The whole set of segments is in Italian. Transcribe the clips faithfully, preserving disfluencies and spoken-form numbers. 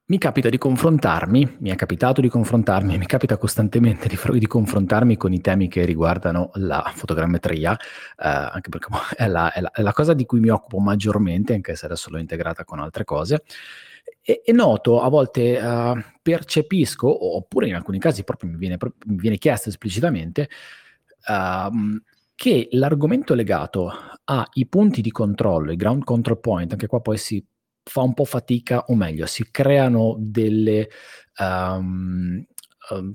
Mi capita di confrontarmi, mi è capitato di confrontarmi, mi capita costantemente di, fr- di confrontarmi con i temi che riguardano la fotogrammetria, eh, anche perché boh, è la, è la- è la cosa di cui mi occupo maggiormente, anche se adesso l'ho integrata con altre cose, e, e noto a volte, eh, percepisco, oppure in alcuni casi proprio mi viene, pro- mi viene chiesto esplicitamente, ehm, che l'argomento legato ai punti di controllo, i ground control point, anche qua poi si fa un po' fatica, o meglio, si creano delle, um, um,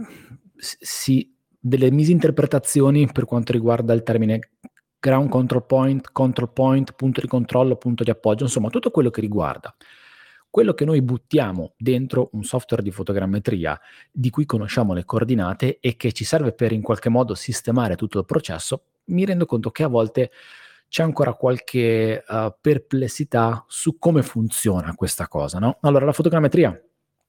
si, delle misinterpretazioni per quanto riguarda il termine ground control point, control point, punto di controllo, punto di appoggio, insomma tutto quello che riguarda quello che noi buttiamo dentro un software di fotogrammetria di cui conosciamo le coordinate e che ci serve per in qualche modo sistemare tutto il processo, mi rendo conto che a volte c'è ancora qualche uh, perplessità su come funziona questa cosa, no? Allora, la fotogrammetria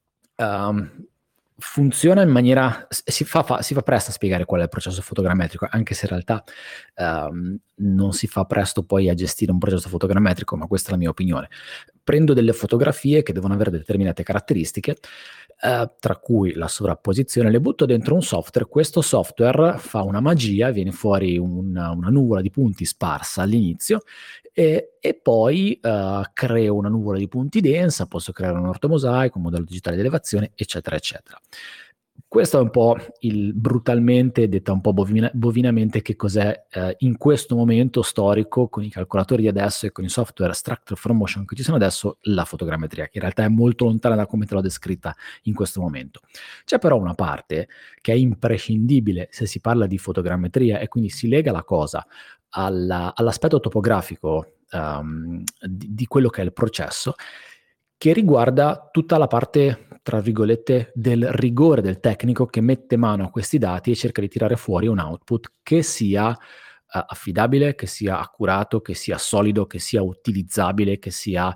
um, funziona in maniera, si fa, fa, si fa presto a spiegare qual è il processo fotogrammetrico, anche se in realtà um, non si fa presto poi a gestire un processo fotogrammetrico, ma questa è la mia opinione. Prendo delle fotografie che devono avere determinate caratteristiche, eh, tra cui la sovrapposizione, le butto dentro un software, questo software fa una magia, viene fuori una, una nuvola di punti sparsa all'inizio e, e poi uh, creo una nuvola di punti densa, posso creare un ortomosaico, un modello digitale di elevazione, eccetera, eccetera. Questo è un po' il brutalmente, detta un po' bovina, bovinamente, che cos'è eh, in questo momento storico, con i calcolatori di adesso e con i software Structure for Motion che ci sono adesso, la fotogrammetria, che in realtà è molto lontana da come te l'ho descritta in questo momento. C'è però una parte che è imprescindibile se si parla di fotogrammetria e quindi si lega la cosa alla, all'aspetto topografico um, di, di quello che è il processo, che riguarda tutta la parte, tra virgolette, del rigore del tecnico che mette mano a questi dati e cerca di tirare fuori un output che sia uh, affidabile, che sia accurato, che sia solido, che sia utilizzabile, che sia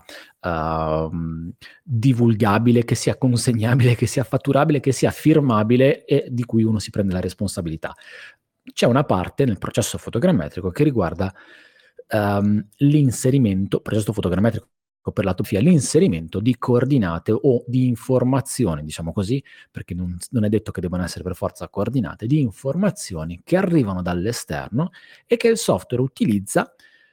uh, divulgabile, che sia consegnabile, che sia fatturabile, che sia firmabile e di cui uno si prende la responsabilità. C'è una parte nel processo fotogrammetrico che riguarda um, l'inserimento, processo fotogrammetrico per la topografia, l'inserimento di coordinate o di informazioni, diciamo così, perché non, non è detto che debbano essere per forza coordinate, di informazioni che arrivano dall'esterno e che il software utilizza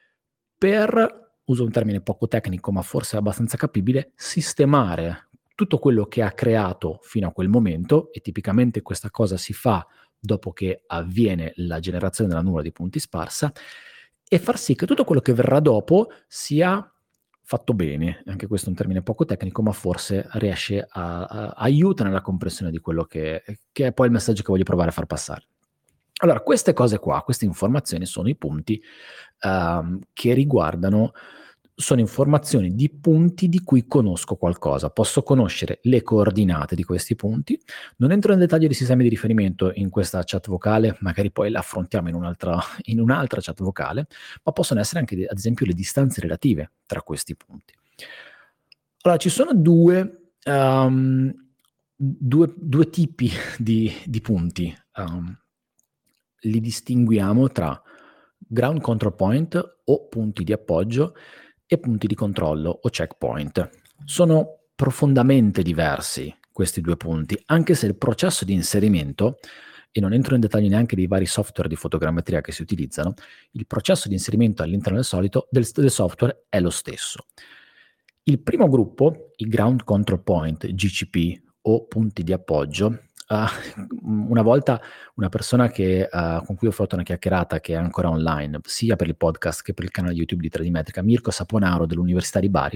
per, uso un termine poco tecnico ma forse abbastanza capibile, sistemare tutto quello che ha creato fino a quel momento, e tipicamente questa cosa si fa dopo che avviene la generazione della nuvola di punti sparsa, e far sì che tutto quello che verrà dopo sia fatto bene. Anche questo è un termine poco tecnico, ma forse riesce a, a aiuta nella comprensione di quello che, che è poi il messaggio che voglio provare a far passare. Allora, queste cose qua, queste informazioni sono i punti um, che riguardano, sono informazioni di punti di cui conosco qualcosa. Posso conoscere le coordinate di questi punti. Non entro nel dettaglio di sistemi di riferimento in questa chat vocale, magari poi la affrontiamo in un'altra, in un'altra chat vocale, ma possono essere anche, ad esempio, le distanze relative tra questi punti. Allora, ci sono due, um, due, due tipi di, di punti. Um, li distinguiamo tra ground control point o punti di appoggio e punti di controllo o checkpoint. Sono profondamente diversi questi due punti, anche se il processo di inserimento, e non entro in dettaglio neanche dei vari software di fotogrammetria che si utilizzano, il processo di inserimento all'interno del, solito, del, del software è lo stesso. Il primo gruppo, i ground control point, G C P o punti di appoggio, Uh, una volta una persona che, uh, con cui ho fatto una chiacchierata, che è ancora online, sia per il podcast che per il canale YouTube di tre D Metrica, Mirko Saponaro dell'Università di Bari,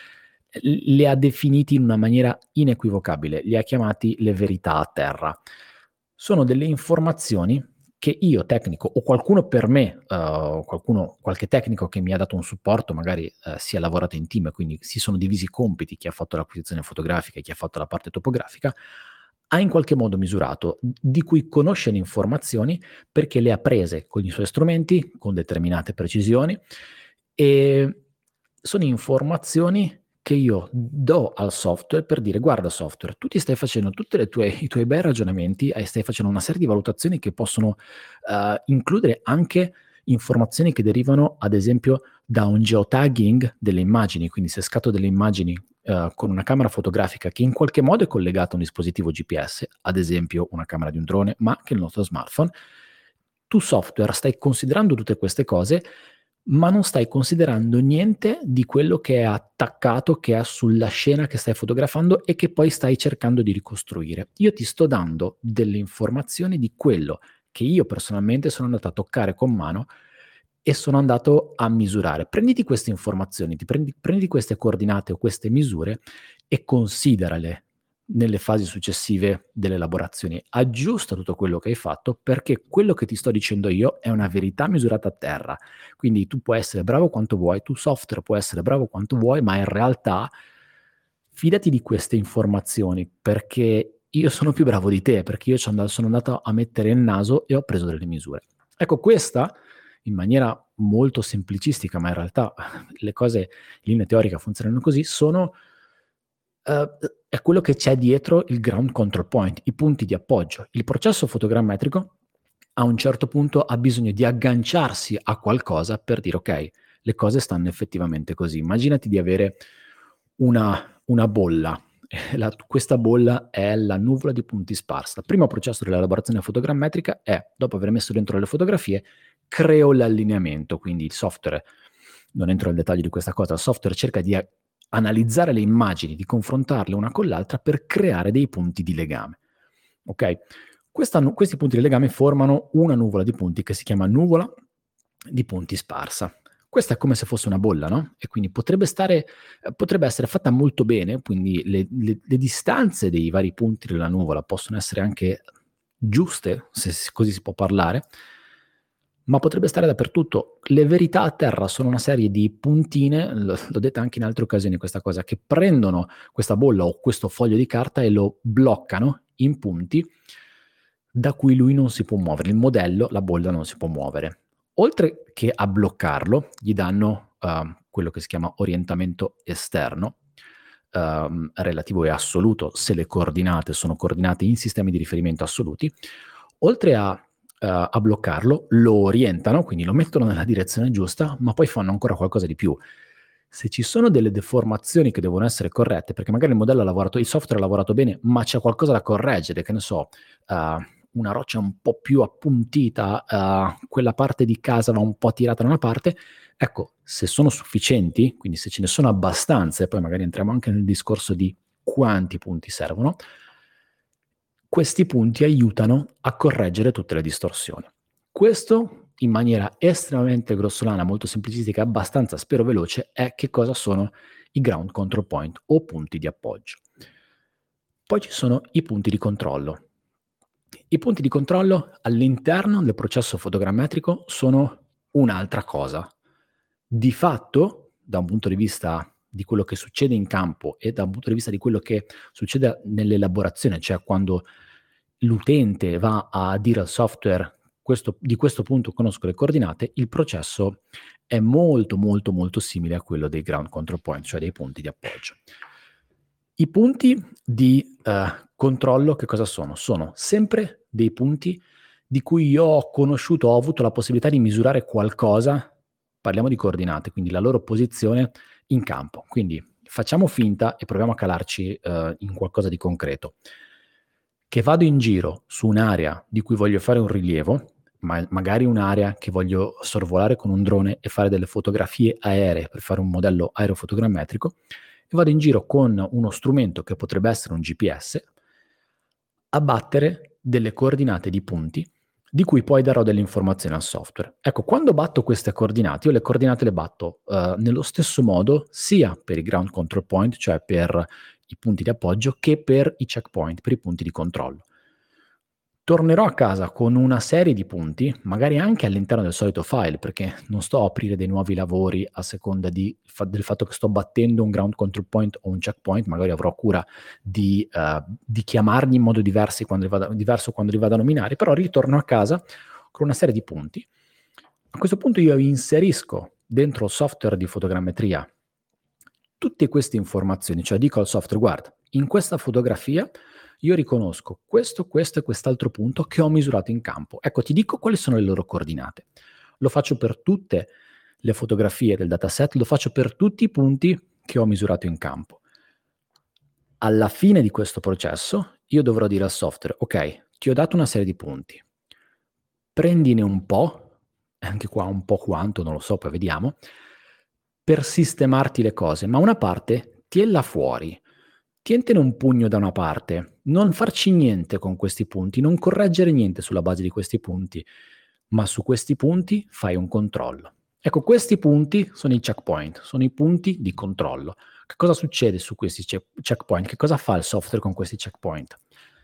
li ha definiti in una maniera inequivocabile, li ha chiamati le verità a terra. Sono delle informazioni che io tecnico o qualcuno per me, uh, qualcuno, qualche tecnico che mi ha dato un supporto, magari uh, si è lavorato in team, quindi si sono divisi i compiti, chi ha fatto l'acquisizione fotografica e chi ha fatto la parte topografica, ha in qualche modo misurato, di cui conosce le informazioni perché le ha prese con i suoi strumenti, con determinate precisioni, e sono informazioni che io do al software per dire: guarda software, tu ti stai facendo tutti i tuoi bei ragionamenti e stai facendo una serie di valutazioni che possono uh, includere anche informazioni che derivano ad esempio da un geotagging delle immagini, quindi se scatto delle immagini uh, con una camera fotografica che in qualche modo è collegata a un dispositivo G P S, ad esempio una camera di un drone, ma anche il nostro smartphone, tu software stai considerando tutte queste cose, ma non stai considerando niente di quello che è attaccato, che è sulla scena che stai fotografando e che poi stai cercando di ricostruire. Io ti sto dando delle informazioni di quello che io personalmente sono andato a toccare con mano e sono andato a misurare. Prenditi queste informazioni, ti prendi, prendi queste coordinate o queste misure e considerale nelle fasi successive delle elaborazioni. Aggiusta tutto quello che hai fatto, perché quello che ti sto dicendo io è una verità misurata a terra. Quindi tu puoi essere bravo quanto vuoi, tu software puoi essere bravo quanto vuoi, ma in realtà fidati di queste informazioni, perché io sono più bravo di te, perché io sono andato a mettere il naso e ho preso delle misure. Ecco, questa, in maniera molto semplicistica, ma in realtà le cose in linea teorica funzionano così, sono Uh, è quello che c'è dietro il ground control point, i punti di appoggio. Il processo fotogrammetrico a un certo punto ha bisogno di agganciarsi a qualcosa per dire ok, le cose stanno effettivamente così. Immaginati di avere una, una bolla. La, questa bolla è la nuvola di punti sparsa. Il primo processo dell'elaborazione fotogrammetrica è, dopo aver messo dentro le fotografie, creo l'allineamento, quindi il software, non entro nel dettaglio di questa cosa, il software cerca di analizzare le immagini, di confrontarle una con l'altra per creare dei punti di legame. Ok? Questa, questi punti di legame formano una nuvola di punti che si chiama nuvola di punti sparsa. Questa è come se fosse una bolla, no? E quindi potrebbe stare, potrebbe essere fatta molto bene, quindi le, le, le distanze dei vari punti della nuvola possono essere anche giuste, se così si può parlare, ma potrebbe stare dappertutto. Le verità a terra sono una serie di puntine, l- l'ho detto anche in altre occasioni questa cosa, che prendono questa bolla o questo foglio di carta e lo bloccano in punti da cui lui non si può muovere. Il modello, la bolla, non si può muovere. Oltre che a bloccarlo, gli danno uh, quello che si chiama orientamento esterno, uh, relativo e assoluto, se le coordinate sono coordinate in sistemi di riferimento assoluti. Oltre a Uh, a bloccarlo, lo orientano, quindi lo mettono nella direzione giusta, ma poi fanno ancora qualcosa di più. Se ci sono delle deformazioni che devono essere corrette, perché magari il modello ha lavorato, il software ha lavorato bene, ma c'è qualcosa da correggere, che ne so, uh, una roccia un po' più appuntita, uh, quella parte di casa va un po' tirata da una parte, ecco, se sono sufficienti, quindi se ce ne sono abbastanza, e poi magari entriamo anche nel discorso di quanti punti servono, questi punti aiutano a correggere tutte le distorsioni. Questo, in maniera estremamente grossolana, molto semplicistica, abbastanza, spero veloce, è che cosa sono i ground control point o punti di appoggio. Poi ci sono i punti di controllo. I punti di controllo all'interno del processo fotogrammetrico sono un'altra cosa. Di fatto, da un punto di vista di quello che succede in campo e da un punto di vista di quello che succede nell'elaborazione, cioè quando l'utente va a dire al software questo, di questo punto conosco le coordinate, il processo è molto molto molto simile a quello dei ground control point, cioè dei punti di appoggio. I punti di uh, controllo che cosa sono? Sono sempre dei punti di cui io ho conosciuto, ho avuto la possibilità di misurare qualcosa, parliamo di coordinate, quindi la loro posizione in campo. Quindi facciamo finta e proviamo a calarci uh, in qualcosa di concreto. Che vado in giro su un'area di cui voglio fare un rilievo, ma magari un'area che voglio sorvolare con un drone e fare delle fotografie aeree per fare un modello aerofotogrammetrico, e vado in giro con uno strumento che potrebbe essere un G P S a battere delle coordinate di punti di cui poi darò delle informazioni al software. Ecco, quando batto queste coordinate, io le coordinate le batto uh, nello stesso modo sia per i ground control point, cioè per i punti di appoggio, che per i checkpoint, per i punti di controllo. Tornerò a casa con una serie di punti, magari anche all'interno del solito file, perché non sto a aprire dei nuovi lavori a seconda di, fa, del fatto che sto battendo un ground control point o un checkpoint, magari avrò cura di, uh, di chiamarli in modo diversi quando vado, diverso quando li vado a nominare, però ritorno a casa con una serie di punti. A questo punto io inserisco dentro il software di fotogrammetria tutte queste informazioni, cioè dico al software, guarda, in questa fotografia io riconosco questo, questo e quest'altro punto che ho misurato in campo. Ecco, ti dico quali sono le loro coordinate. Lo faccio per tutte le fotografie del dataset, lo faccio per tutti i punti che ho misurato in campo. Alla fine di questo processo io dovrò dire al software: ok, ti ho dato una serie di punti, prendine un po', anche qua un po' quanto, non lo so, poi vediamo, per sistemarti le cose, ma una parte tienila fuori, tientene un pugno da una parte, non farci niente con questi punti, non correggere niente sulla base di questi punti, ma su questi punti fai un controllo. Ecco, questi punti sono i checkpoint, sono i punti di controllo. Che cosa succede su questi checkpoint? Che cosa fa il software con questi checkpoint?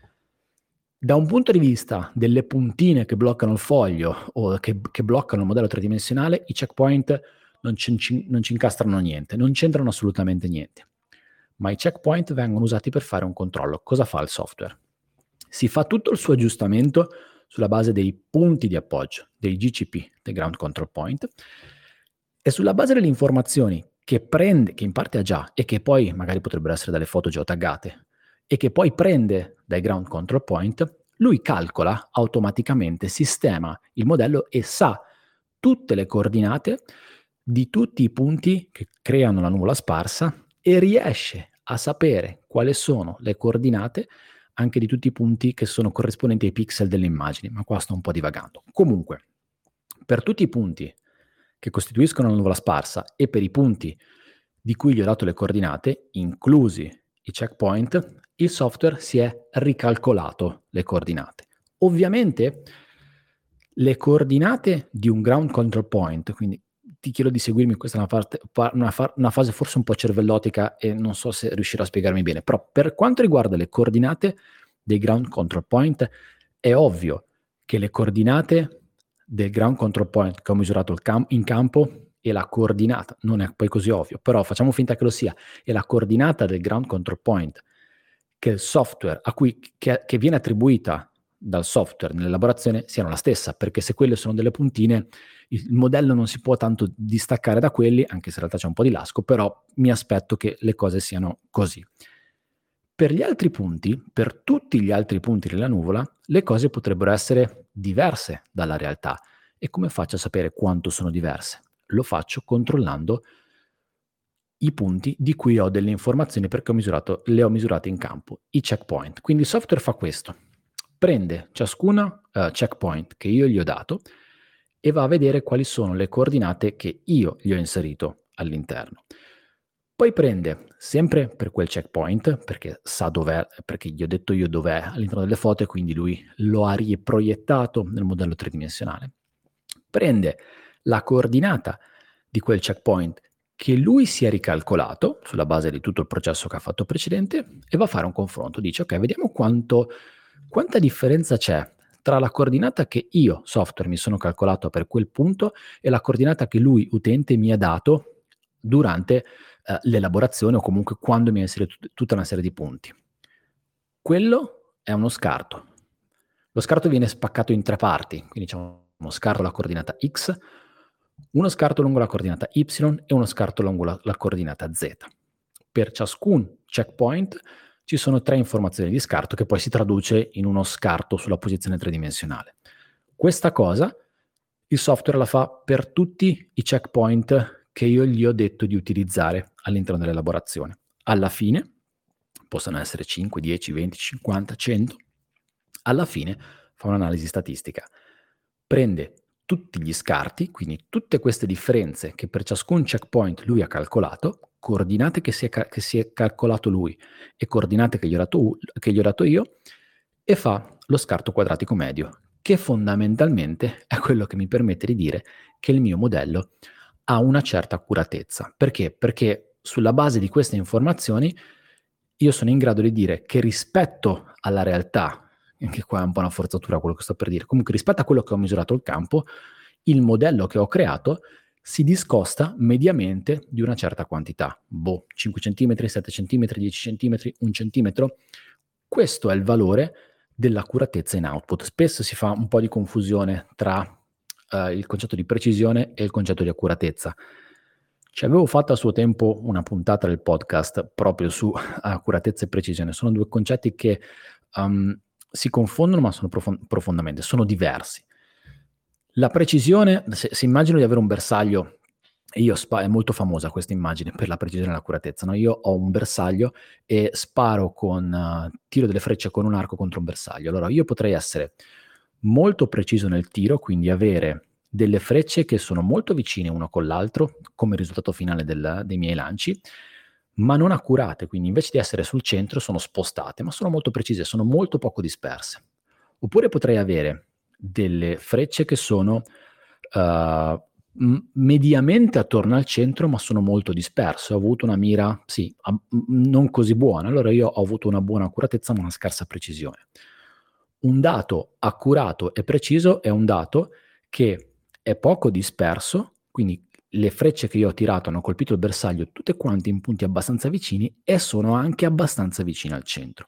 Da un punto di vista delle puntine che bloccano il foglio o che, che bloccano il modello tridimensionale, i checkpoint non ci, non ci incastrano niente, non c'entrano assolutamente niente. Ma i checkpoint vengono usati per fare un controllo. Cosa fa il software? Si fa tutto il suo aggiustamento sulla base dei punti di appoggio, dei G C P, dei Ground Control Point, e sulla base delle informazioni che prende, che in parte ha già, e che poi magari potrebbero essere dalle foto geotaggate, e che poi prende dai Ground Control Point, lui calcola automaticamente, sistema il modello e sa tutte le coordinate di tutti i punti che creano la nuvola sparsa e riesce a sapere quali sono le coordinate anche di tutti i punti che sono corrispondenti ai pixel delle immagini, ma qua sto un po' divagando. Comunque, per tutti i punti che costituiscono la nuvola sparsa e per i punti di cui gli ho dato le coordinate, inclusi i checkpoint, il software si è ricalcolato le coordinate. Ovviamente le coordinate di un ground control point, quindi ti chiedo di seguirmi, questa è una, parte, una, fa- una fase forse un po' cervellotica e non so se riuscirò a spiegarmi bene, però per quanto riguarda le coordinate dei ground control point, è ovvio che le coordinate del ground control point che ho misurato il cam- in campo e la coordinata, non è poi così ovvio, però facciamo finta che lo sia, e la coordinata del ground control point che il software a cui che, che viene attribuita dal software nell'elaborazione siano la stessa, perché se quelle sono delle puntine, il modello non si può tanto distaccare da quelli, anche se in realtà c'è un po' di lasco, però mi aspetto che le cose siano così. Per gli altri punti, per tutti gli altri punti della nuvola, le cose potrebbero essere diverse dalla realtà. E come faccio a sapere quanto sono diverse? Lo faccio controllando i punti di cui ho delle informazioni perché ho misurato, le ho misurate in campo, i checkpoint. Quindi il software fa questo, prende ciascuna uh, checkpoint che io gli ho dato e va a vedere quali sono le coordinate che io gli ho inserito all'interno. Poi prende, sempre per quel checkpoint, perché sa dov'è, perché gli ho detto io dov'è all'interno delle foto e quindi lui lo ha riproiettato nel modello tridimensionale, prende la coordinata di quel checkpoint che lui si è ricalcolato sulla base di tutto il processo che ha fatto precedente e va a fare un confronto. Dice, ok, vediamo quanto, quanta differenza c'è tra la coordinata che io, software, mi sono calcolato per quel punto e la coordinata che lui, utente, mi ha dato durante eh, l'elaborazione o comunque quando mi ha inserito tut- tutta una serie di punti. Quello è uno scarto. Lo scarto viene spaccato in tre parti, quindi c'è uno scarto alla coordinata X, uno scarto lungo la coordinata Y e uno scarto lungo la, la coordinata Z. Per ciascun checkpoint ci sono tre informazioni di scarto che poi si traduce in uno scarto sulla posizione tridimensionale. Questa cosa il software la fa per tutti i checkpoint che io gli ho detto di utilizzare all'interno dell'elaborazione. Alla fine, possono essere cinque, dieci, venti, cinquanta, cento, alla fine fa un'analisi statistica. Prende tutti gli scarti, quindi tutte queste differenze che per ciascun checkpoint lui ha calcolato, coordinate che si è, ca- che si è calcolato lui e coordinate che gli, ho dato, che gli ho dato io, e fa lo scarto quadratico medio, che fondamentalmente è quello che mi permette di dire che il mio modello ha una certa accuratezza. Perché? Perché sulla base di queste informazioni io sono in grado di dire che rispetto alla realtà, anche qua è un po' una forzatura quello che sto per dire, comunque rispetto a quello che ho misurato il campo, il modello che ho creato si discosta mediamente di una certa quantità. Boh, cinque centimetri, sette centimetri, dieci centimetri, un centimetro. Questo è il valore dell'accuratezza in output. Spesso si fa un po' di confusione tra uh, il concetto di precisione e il concetto di accuratezza. Ci avevo fatto a suo tempo una puntata del podcast proprio su accuratezza e precisione. Sono due concetti che um, si confondono ma sono profond- profondamente, sono diversi. La precisione, se, se immagino di avere un bersaglio io spa- è molto famosa questa immagine per la precisione e l'accuratezza, no? Io ho un bersaglio e sparo con uh, tiro delle frecce con un arco contro un bersaglio. Allora io potrei essere molto preciso nel tiro, quindi avere delle frecce che sono molto vicine uno con l'altro come risultato finale del- dei miei lanci, ma non accurate, quindi invece di essere sul centro sono spostate, ma sono molto precise, sono molto poco disperse. Oppure potrei avere delle frecce che sono uh, m- mediamente attorno al centro, ma sono molto disperse. Ho avuto una mira, sì, a- m- non così buona, allora io ho avuto una buona accuratezza, ma una scarsa precisione. Un dato accurato e preciso è un dato che è poco disperso, quindi le frecce che io ho tirato hanno colpito il bersaglio tutte quante in punti abbastanza vicini e sono anche abbastanza vicine al centro.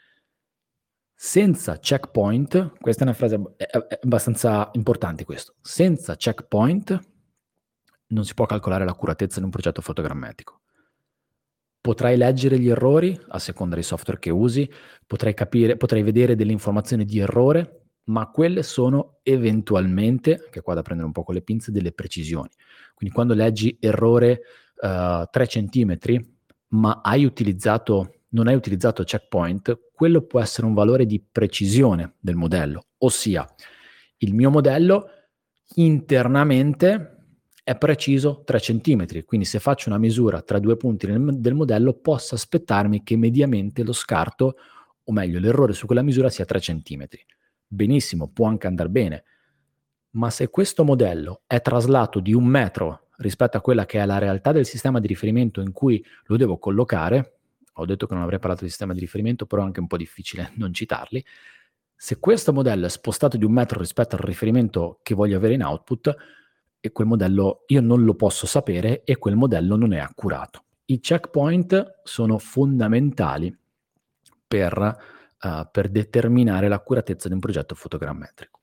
Senza checkpoint, questa è una frase ab- è, è abbastanza importante questo, senza checkpoint non si può calcolare l'accuratezza di un progetto fotogrammetrico. Potrai leggere gli errori a seconda dei software che usi, potrai capire, potrai vedere delle informazioni di errore, ma quelle sono eventualmente, anche qua da prendere un po' con le pinze, delle precisioni. Quindi quando leggi errore uh, tre centimetri, ma hai utilizzato, non hai utilizzato checkpoint, quello può essere un valore di precisione del modello, ossia il mio modello internamente è preciso tre centimetri, quindi se faccio una misura tra due punti nel, del modello posso aspettarmi che mediamente lo scarto, o meglio l'errore su quella misura sia tre centimetri. Benissimo, può anche andare bene, ma se questo modello è traslato di un metro rispetto a quella che è la realtà del sistema di riferimento in cui lo devo collocare, ho detto che non avrei parlato di sistema di riferimento, però è anche un po' difficile non citarli, se questo modello è spostato di un metro rispetto al riferimento che voglio avere in output, e quel modello io non lo posso sapere e quel modello non è accurato. I checkpoint sono fondamentali per, uh, per determinare l'accuratezza di un progetto fotogrammetrico.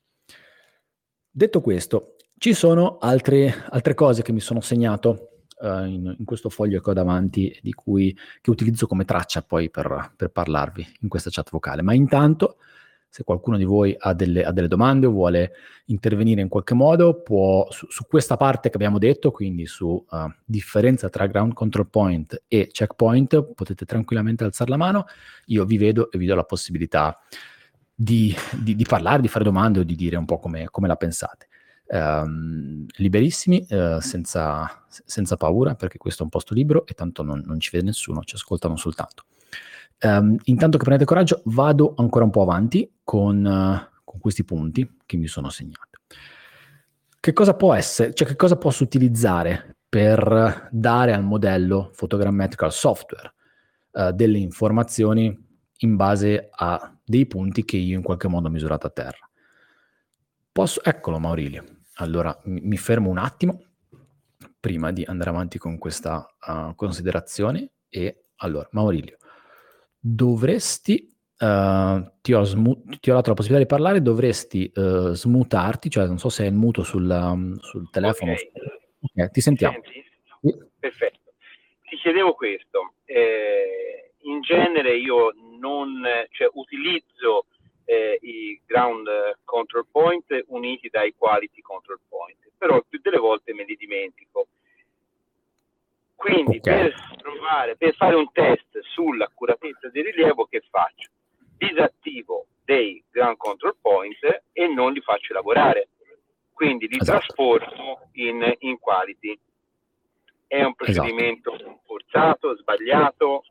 Detto questo, ci sono altre, altre cose che mi sono segnato uh, in, in questo foglio che ho davanti, di cui, che utilizzo come traccia poi per, per parlarvi in questa chat vocale. Ma intanto, se qualcuno di voi ha delle, ha delle domande o vuole intervenire in qualche modo, può su, su questa parte che abbiamo detto, quindi su uh, differenza tra ground control point e checkpoint, potete tranquillamente alzare la mano, io vi vedo e vi do la possibilità di, di, di parlare, di fare domande o di dire un po' come, come la pensate. Um, liberissimi, uh, senza, senza paura, perché questo è un posto libero e tanto non, non ci vede nessuno, ci ascoltano soltanto. Um, intanto che prendete coraggio, vado ancora un po' avanti con, uh, con questi punti che mi sono segnato. Che cosa può essere, cioè che cosa posso utilizzare per dare al modello fotogrammetrico, al software, uh, delle informazioni in base a dei punti che io in qualche modo ho misurato a terra? Posso, eccolo Maurilio. Allora mi, mi fermo un attimo prima di andare avanti con questa uh, considerazione e allora Maurilio, dovresti Uh, ti, ho smu- ti ho dato la possibilità di parlare, dovresti uh, smutarti, cioè non so se è il muto sul, um, sul telefono. Ok, Okay, ti mi sentiamo. senti? Sì. Perfetto. Ti chiedevo questo. Eh, in genere io non, cioè, utilizzo eh, i ground control point uniti dai quality control point, però più delle volte me li dimentico. Quindi Okay. per provare, per fare un test sull'accuratezza del rilievo, che faccio? Disattivo dei ground control point e non li faccio lavorare, quindi li Esatto. trasporto in, in quality. È un procedimento Esatto. forzato, sbagliato?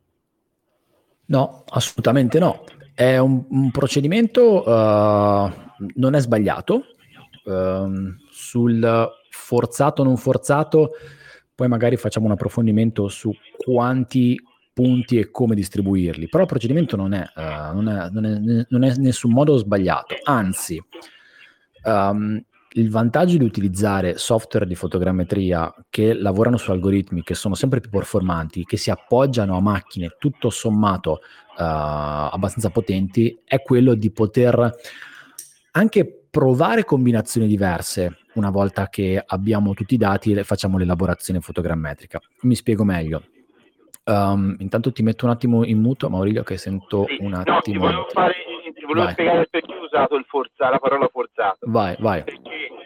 No, assolutamente no. È un, un procedimento, uh, non è sbagliato. Um, sul forzato o non forzato, poi magari facciamo un approfondimento su quanti punti e come distribuirli, però il procedimento non è, uh, non è, non è, non è in nessun modo sbagliato, anzi, um, il vantaggio di utilizzare software di fotogrammetria che lavorano su algoritmi che sono sempre più performanti, che si appoggiano a macchine tutto sommato uh, abbastanza potenti, è quello di poter anche provare combinazioni diverse una volta che abbiamo tutti i dati e facciamo l'elaborazione fotogrammetrica. Mi spiego meglio. Um, intanto ti metto un attimo in muto, Maurilio, che sento Sì. un No, ti attimo. volevo, fare, ti volevo Vai. spiegare perché ho usato il forza, la parola forzato. Vai, vai. Perché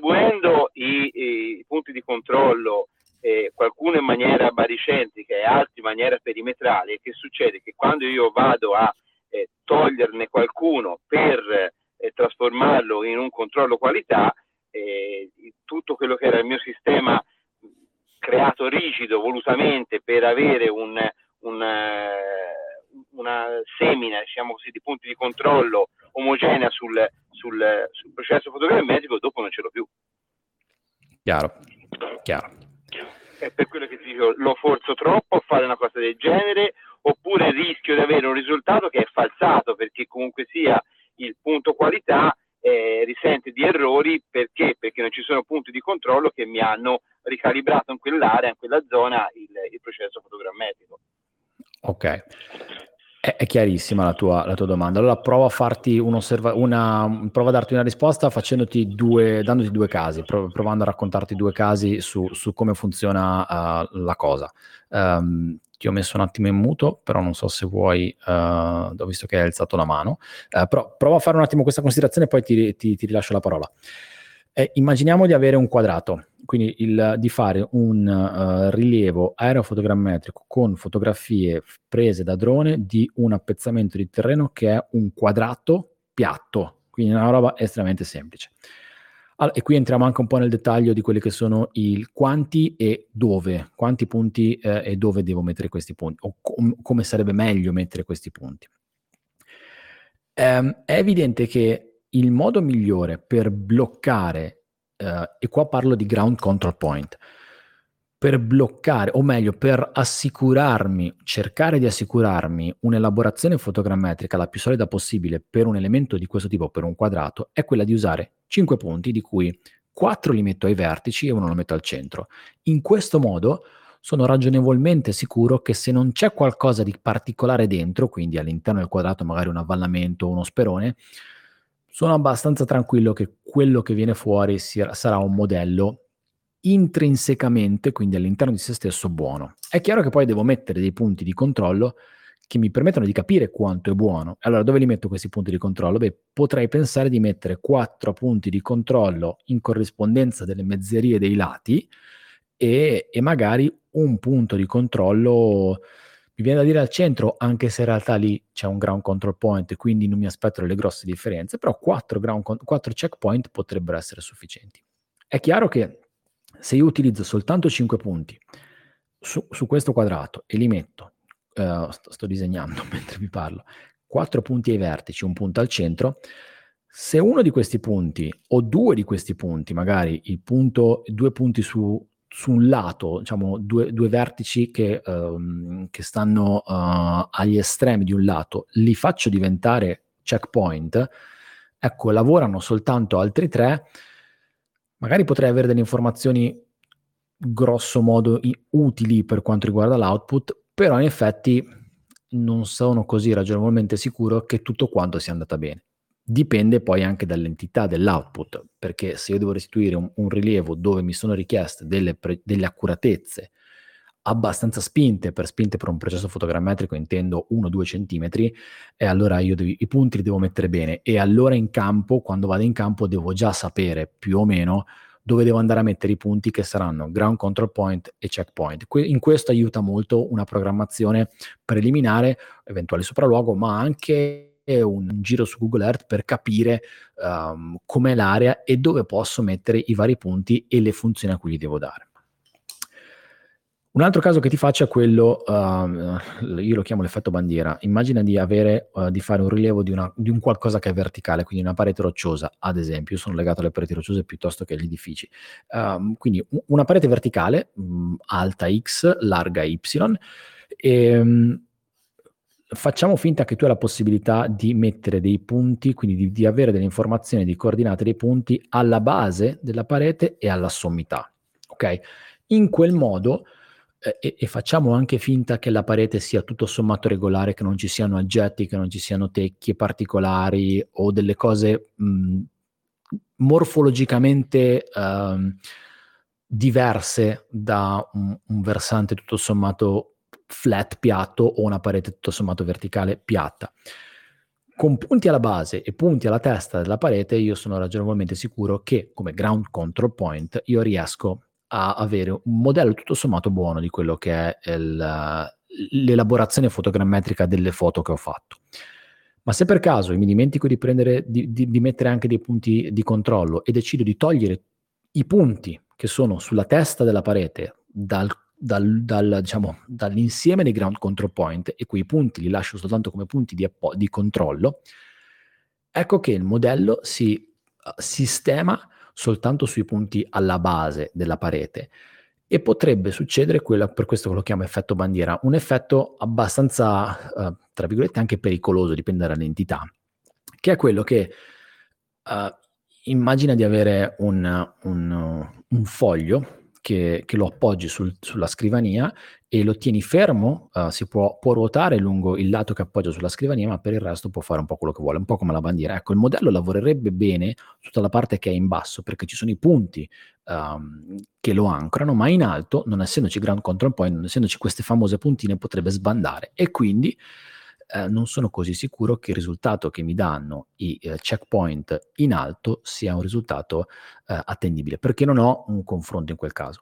distribuendo i, i punti di controllo, eh, qualcuno in maniera baricentrica e altri in maniera perimetrale, che succede? Che quando io vado a eh, toglierne qualcuno per eh, trasformarlo in un controllo qualità, eh, tutto quello che era il mio sistema creato rigido volutamente per avere un, un, una semina, diciamo così, di punti di controllo omogenea sul, sul, sul processo fotogrammetrico, dopo non ce l'ho più. Chiaro, chiaro. È per quello che ti dico, lo forzo troppo a fare una cosa del genere, oppure rischio di avere un risultato che è falsato, perché comunque sia il punto qualità eh, risente di errori. Perché? Perché non ci sono punti di controllo che mi hanno ricalibrato in quell'area, in quella zona, il, il processo fotogrammetrico. Ok, è, è chiarissima la tua, la tua domanda. Allora prova a farti un'osserva- una, prova a darti una risposta facendoti due, dandoti due casi, prov- provando a raccontarti due casi su, su come funziona uh, la cosa. Um, ti ho messo un attimo in muto, però non so se vuoi, uh, ho visto che hai alzato la mano, uh, però prova a fare un attimo questa considerazione e poi ti, ti, ti rilascio la parola. Eh, immaginiamo di avere un quadrato, quindi il, di fare un uh, rilievo aerofotogrammetrico con fotografie prese da drone di un appezzamento di terreno che è un quadrato piatto, quindi una roba estremamente semplice. Allora, e qui entriamo anche un po' nel dettaglio di quelli che sono i quanti e dove, quanti punti eh, e dove devo mettere questi punti, o com- come sarebbe meglio mettere questi punti. Um, è evidente che il modo migliore per bloccare, uh, e qua parlo di ground control point, per bloccare, o meglio, per assicurarmi, cercare di assicurarmi un'elaborazione fotogrammetrica la più solida possibile per un elemento di questo tipo, per un quadrato, è quella di usare cinque punti, di cui quattro li metto ai vertici e uno lo metto al centro. In questo modo sono ragionevolmente sicuro che se non c'è qualcosa di particolare dentro, quindi all'interno del quadrato magari un avvallamento o uno sperone, sono abbastanza tranquillo che quello che viene fuori sia, sarà un modello intrinsecamente, quindi all'interno di se stesso, buono. È chiaro che poi devo mettere dei punti di controllo che mi permettono di capire quanto è buono. Allora, dove li metto questi punti di controllo? Beh, potrei pensare di mettere quattro punti di controllo in corrispondenza delle mezzerie dei lati e, e magari un punto di controllo, mi viene da dire al centro, anche se in realtà lì c'è un ground control point, quindi non mi aspetto le grosse differenze, però quattro, ground, quattro checkpoint potrebbero essere sufficienti. È chiaro che se io utilizzo soltanto cinque punti su, su questo quadrato e li metto, uh, sto, sto disegnando mentre vi parlo, quattro punti ai vertici, un punto al centro, se uno di questi punti o due di questi punti, magari il punto, due punti su, su un lato, diciamo due, due vertici che, um, che stanno uh, agli estremi di un lato, li faccio diventare checkpoint, ecco, lavorano soltanto altri tre, magari potrei avere delle informazioni grosso modo utili per quanto riguarda l'output, però in effetti non sono così ragionevolmente sicuro che tutto quanto sia andata bene. Dipende poi anche dall'entità dell'output, perché se io devo restituire un, un rilievo dove mi sono richieste delle, pre, delle accuratezze abbastanza spinte, per spinte per un processo fotogrammetrico intendo uno due centimetri, e allora io devi, i punti li devo mettere bene, e allora in campo, quando vado in campo, devo già sapere più o meno dove devo andare a mettere i punti che saranno ground control point e checkpoint. In questo aiuta molto una programmazione preliminare, eventuale sopralluogo, ma anche un giro su Google Earth per capire um, com'è l'area e dove posso mettere i vari punti e le funzioni a cui gli devo dare. Un altro caso che ti faccio è quello, uh, io lo chiamo l'effetto bandiera. Immagina di avere, uh, di fare un rilievo di, una, di un qualcosa che è verticale, quindi una parete rocciosa, ad esempio. Io sono legato alle pareti rocciose piuttosto che agli edifici. Um, quindi una parete verticale, um, alta X, larga Y, e um, facciamo finta che tu hai la possibilità di mettere dei punti, quindi di, di avere delle informazioni di coordinate dei punti alla base della parete e alla sommità. Ok? In quel modo E, e facciamo anche finta che la parete sia tutto sommato regolare, che non ci siano aggetti, che non ci siano tecchie particolari o delle cose mh, morfologicamente uh, diverse da un, un versante tutto sommato flat piatto o una parete tutto sommato verticale piatta. con punti alla base e punti alla testa della parete, io sono ragionevolmente sicuro che come ground control point io riesco a avere un modello tutto sommato buono di quello che è il, l'elaborazione fotogrammetrica delle foto che ho fatto. Ma se per caso mi dimentico di prendere, di, di, di mettere anche dei punti di controllo e decido di togliere i punti che sono sulla testa della parete dal, dal, dal, diciamo, dall'insieme dei ground control point, e quei punti li lascio soltanto come punti di, appo- di controllo, ecco che il modello si uh, sistema soltanto sui punti alla base della parete. E potrebbe succedere quello, per questo lo chiamo effetto bandiera, un effetto abbastanza, uh, tra virgolette, anche pericoloso, dipende dall'entità, che è quello che uh, immagina di avere un, un, un foglio che, che lo appoggi sul, sulla scrivania e lo tieni fermo, uh, si può, può ruotare lungo il lato che appoggia sulla scrivania, ma per il resto può fare un po' quello che vuole, un po' come la bandiera. Ecco, il modello lavorerebbe bene tutta la parte che è in basso, perché ci sono i punti um, che lo ancorano, ma in alto, non essendoci ground control point, non essendoci queste famose puntine, potrebbe sbandare, e quindi eh, non sono così sicuro che il risultato che mi danno i eh, checkpoint in alto sia un risultato eh, attendibile, perché non ho un confronto in quel caso.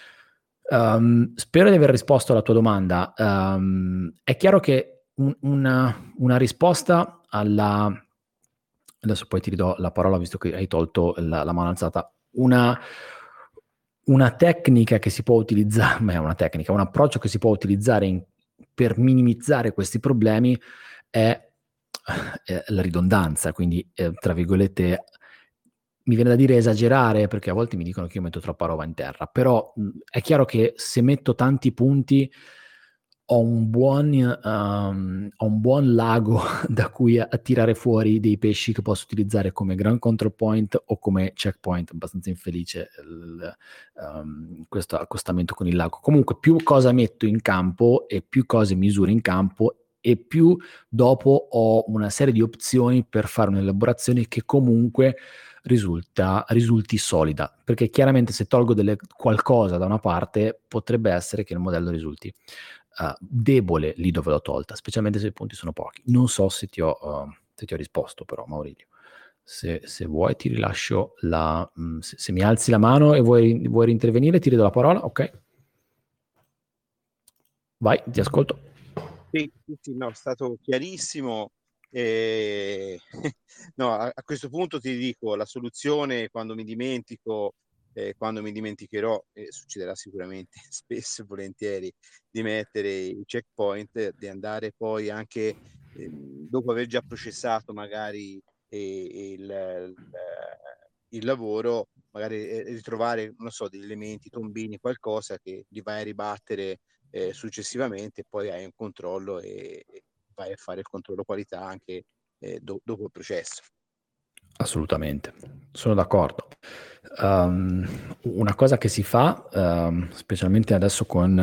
Um, spero di aver risposto alla tua domanda. Um, è chiaro che un, una, una risposta alla... Adesso poi ti ridò la parola visto che hai tolto la, la mano alzata. Una, una tecnica che si può utilizzare, ma è una tecnica, un approccio che si può utilizzare in, per minimizzare questi problemi è, è la ridondanza, quindi eh, tra virgolette mi viene da dire esagerare, perché a volte mi dicono che io metto troppa roba in terra, però mh, è chiaro che se metto tanti punti ho un buon, um, ho un buon lago da cui attirare fuori dei pesci che posso utilizzare come ground control point o come checkpoint. Abbastanza infelice il, um, questo accostamento con il lago. Comunque più cosa metto in campo e più cose misuro in campo, e più dopo ho una serie di opzioni per fare un'elaborazione che comunque risulta, risulti solida, perché chiaramente se tolgo delle, qualcosa da una parte potrebbe essere che il modello risulti uh, debole lì dove l'ho tolta, specialmente se i punti sono pochi. Non so se ti ho, uh, se ti ho risposto però, Maurizio. Se, se vuoi ti rilascio la... Mh, se, se mi alzi la mano e vuoi, vuoi intervenire ti ridò la parola, ok? Vai, ti ascolto. Sì, sì, no, è stato chiarissimo. Eh, no, a, a questo punto ti dico, la soluzione quando mi dimentico, eh, quando mi dimenticherò, e succederà sicuramente spesso e volentieri, di mettere i checkpoint, di andare poi anche, eh, dopo aver già processato magari eh, il, il, il lavoro, magari eh, ritrovare, non so, degli elementi, tombini, qualcosa che li vai a ribattere Eh, successivamente, poi hai un controllo e, e vai a fare il controllo qualità anche eh, do, dopo il processo. Assolutamente, sono d'accordo. Um, una cosa che si fa, um, specialmente adesso con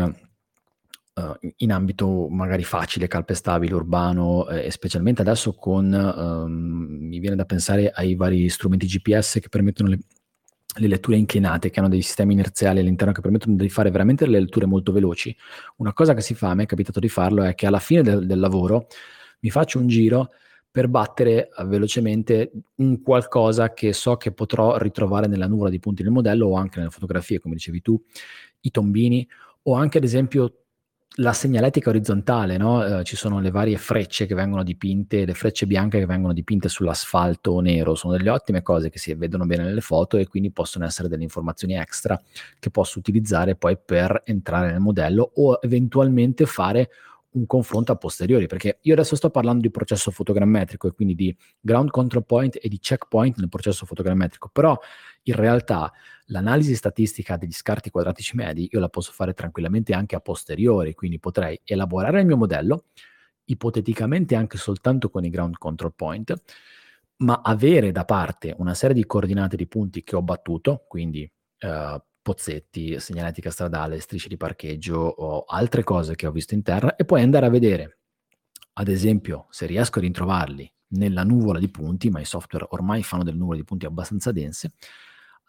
uh, in ambito magari facile, calpestabile, urbano, eh, e specialmente adesso con, um, mi viene da pensare ai vari strumenti G P S che permettono le le letture inclinate, che hanno dei sistemi inerziali all'interno che permettono di fare veramente delle letture molto veloci. Una cosa che si fa, a me è capitato di farlo, è che alla fine del, del lavoro mi faccio un giro per battere uh, velocemente un qualcosa che so che potrò ritrovare nella nuvola di punti del modello o anche nelle fotografie, come dicevi tu, i tombini, o anche ad esempio la segnaletica orizzontale, no? Eh, ci sono le varie frecce che vengono dipinte, le frecce bianche che vengono dipinte sull'asfalto nero, sono delle ottime cose che si vedono bene nelle foto e quindi possono essere delle informazioni extra che posso utilizzare poi per entrare nel modello o eventualmente fare un confronto a posteriori, perché io adesso sto parlando di processo fotogrammetrico e quindi di ground control point e di checkpoint nel processo fotogrammetrico, però in realtà l'analisi statistica degli scarti quadratici medi io la posso fare tranquillamente anche a posteriori, quindi potrei elaborare il mio modello, ipoteticamente anche soltanto con i ground control point, ma avere da parte una serie di coordinate di punti che ho battuto, quindi eh, pozzetti, segnaletica stradale, strisce di parcheggio o altre cose che ho visto in terra, e poi andare a vedere, ad esempio, se riesco a ritrovarli nella nuvola di punti, ma i software ormai fanno delle nuvole di punti abbastanza dense,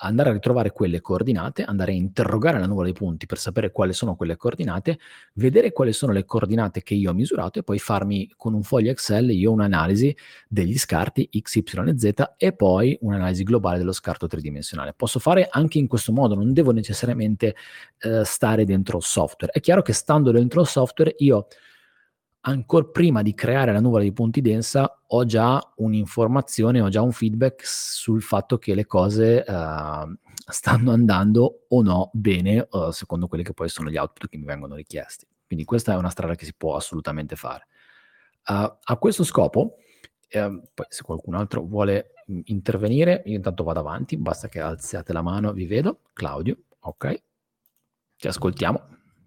andare a ritrovare quelle coordinate, andare a interrogare la nuvola dei punti per sapere quali sono quelle coordinate, vedere quali sono le coordinate che io ho misurato e poi farmi con un foglio Excel io un'analisi degli scarti X, Y e Z e poi un'analisi globale dello scarto tridimensionale. Posso fare anche in questo modo, non devo necessariamente eh, stare dentro il software. È chiaro che stando dentro il software io ancora prima di creare la nuvola di punti densa ho già un'informazione, ho già un feedback sul fatto che le cose uh, stanno andando o no bene, uh, secondo quelli che poi sono gli output che mi vengono richiesti. Quindi questa è una strada che si può assolutamente fare. Uh, a questo scopo, eh, poi se qualcun altro vuole intervenire, io intanto vado avanti, basta che alziate la mano, vi vedo. Claudio, ok, ti ascoltiamo.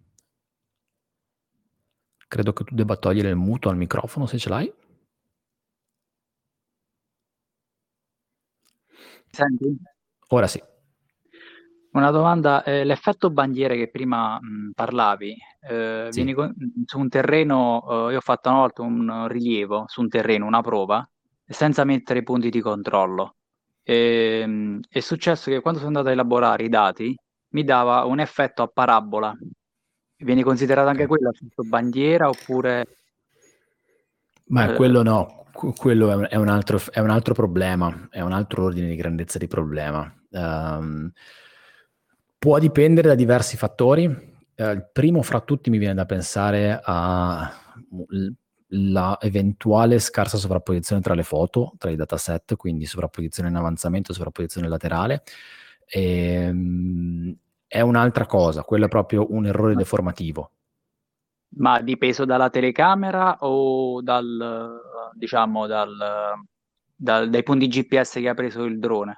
Credo che tu debba togliere il muto al microfono se ce l'hai. Senti? Ora sì. Una domanda, eh, l'effetto bandiere che prima mh, parlavi, eh, Sì. vieni con- su un terreno, eh, io ho fatto una volta un rilievo su un terreno, una prova, senza mettere punti di controllo. E, mh, è successo che quando sono andato a elaborare i dati, mi dava un effetto a parabola. Viene considerato anche Ok. quello effetto bandiera oppure... Ma eh, quello no, Qu- quello è un, è un altro, è un altro problema, è un altro ordine di grandezza di problema. Ehm, può dipendere da diversi fattori. Eh, il primo fra tutti mi viene da pensare a l- la eventuale scarsa sovrapposizione tra le foto, tra i dataset, quindi sovrapposizione in avanzamento, sovrapposizione laterale. Ehm, è un'altra cosa, quello è proprio un errore deformativo. Ma dipeso dalla telecamera o dal, diciamo, dal, dal- dai punti G P S che ha preso il drone?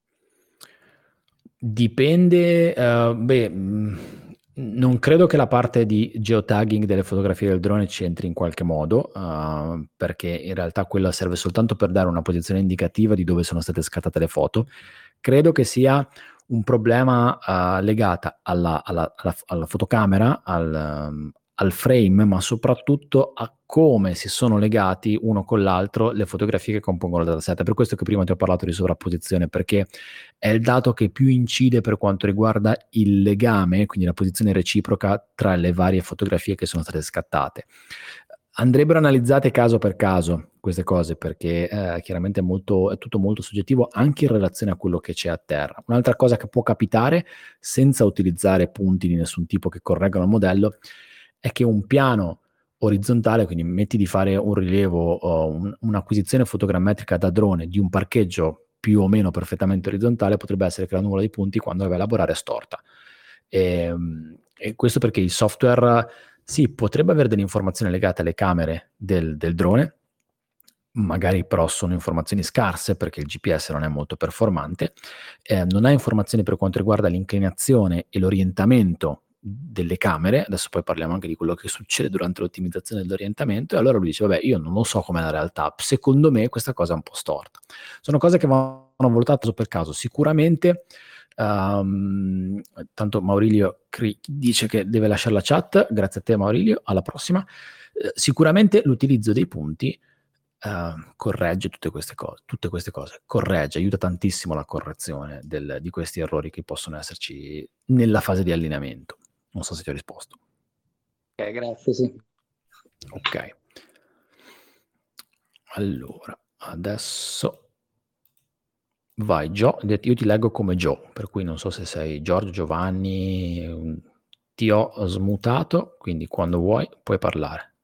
Dipende, eh, beh, mh, non credo che la parte di geotagging delle fotografie del drone c'entri in qualche modo, uh, perché in realtà quella serve soltanto per dare una posizione indicativa di dove sono state scattate le foto. Credo che sia un problema uh, legata alla, alla, alla, alla fotocamera, al, um, al frame, ma soprattutto a come si sono legati uno con l'altro le fotografie che compongono il dataset. È per questo che prima ti ho parlato di sovrapposizione, perché è il dato che più incide per quanto riguarda il legame, quindi la posizione reciproca tra le varie fotografie che sono state scattate. Andrebbero analizzate caso per caso queste cose, perché eh, chiaramente è, molto, è tutto molto soggettivo anche in relazione a quello che c'è a terra. Un'altra cosa che può capitare senza utilizzare punti di nessun tipo che correggano il modello è che un piano orizzontale, quindi metti di fare un rilievo o un, un'acquisizione fotogrammetrica da drone di un parcheggio più o meno perfettamente orizzontale, potrebbe essere che la nuvola dei punti quando deve elaborare è storta. E, e questo perché il software sì, potrebbe avere delle informazioni legate alle camere del, del drone, magari però sono informazioni scarse perché il G P S non è molto performante, eh, non ha informazioni per quanto riguarda l'inclinazione e l'orientamento delle camere, adesso poi parliamo anche di quello che succede durante l'ottimizzazione dell'orientamento, e allora lui dice, vabbè, io non lo so com'è la realtà, secondo me questa cosa è un po' storta. Sono cose che vanno valutate caso per caso, sicuramente. Um, tanto Maurilio Cri dice che deve lasciare la chat, grazie a te Maurilio, alla prossima. Uh, sicuramente l'utilizzo dei punti uh, corregge tutte queste cose, tutte queste cose, corregge, aiuta tantissimo la correzione del, di questi errori che possono esserci nella fase di allineamento. Non so se ti ho risposto. Ok, grazie, sì. Ok. Allora, adesso vai Gio, io ti leggo come Gio, per cui non so se sei Giorgio, Giovanni, ti ho smutato, quindi quando vuoi puoi parlare.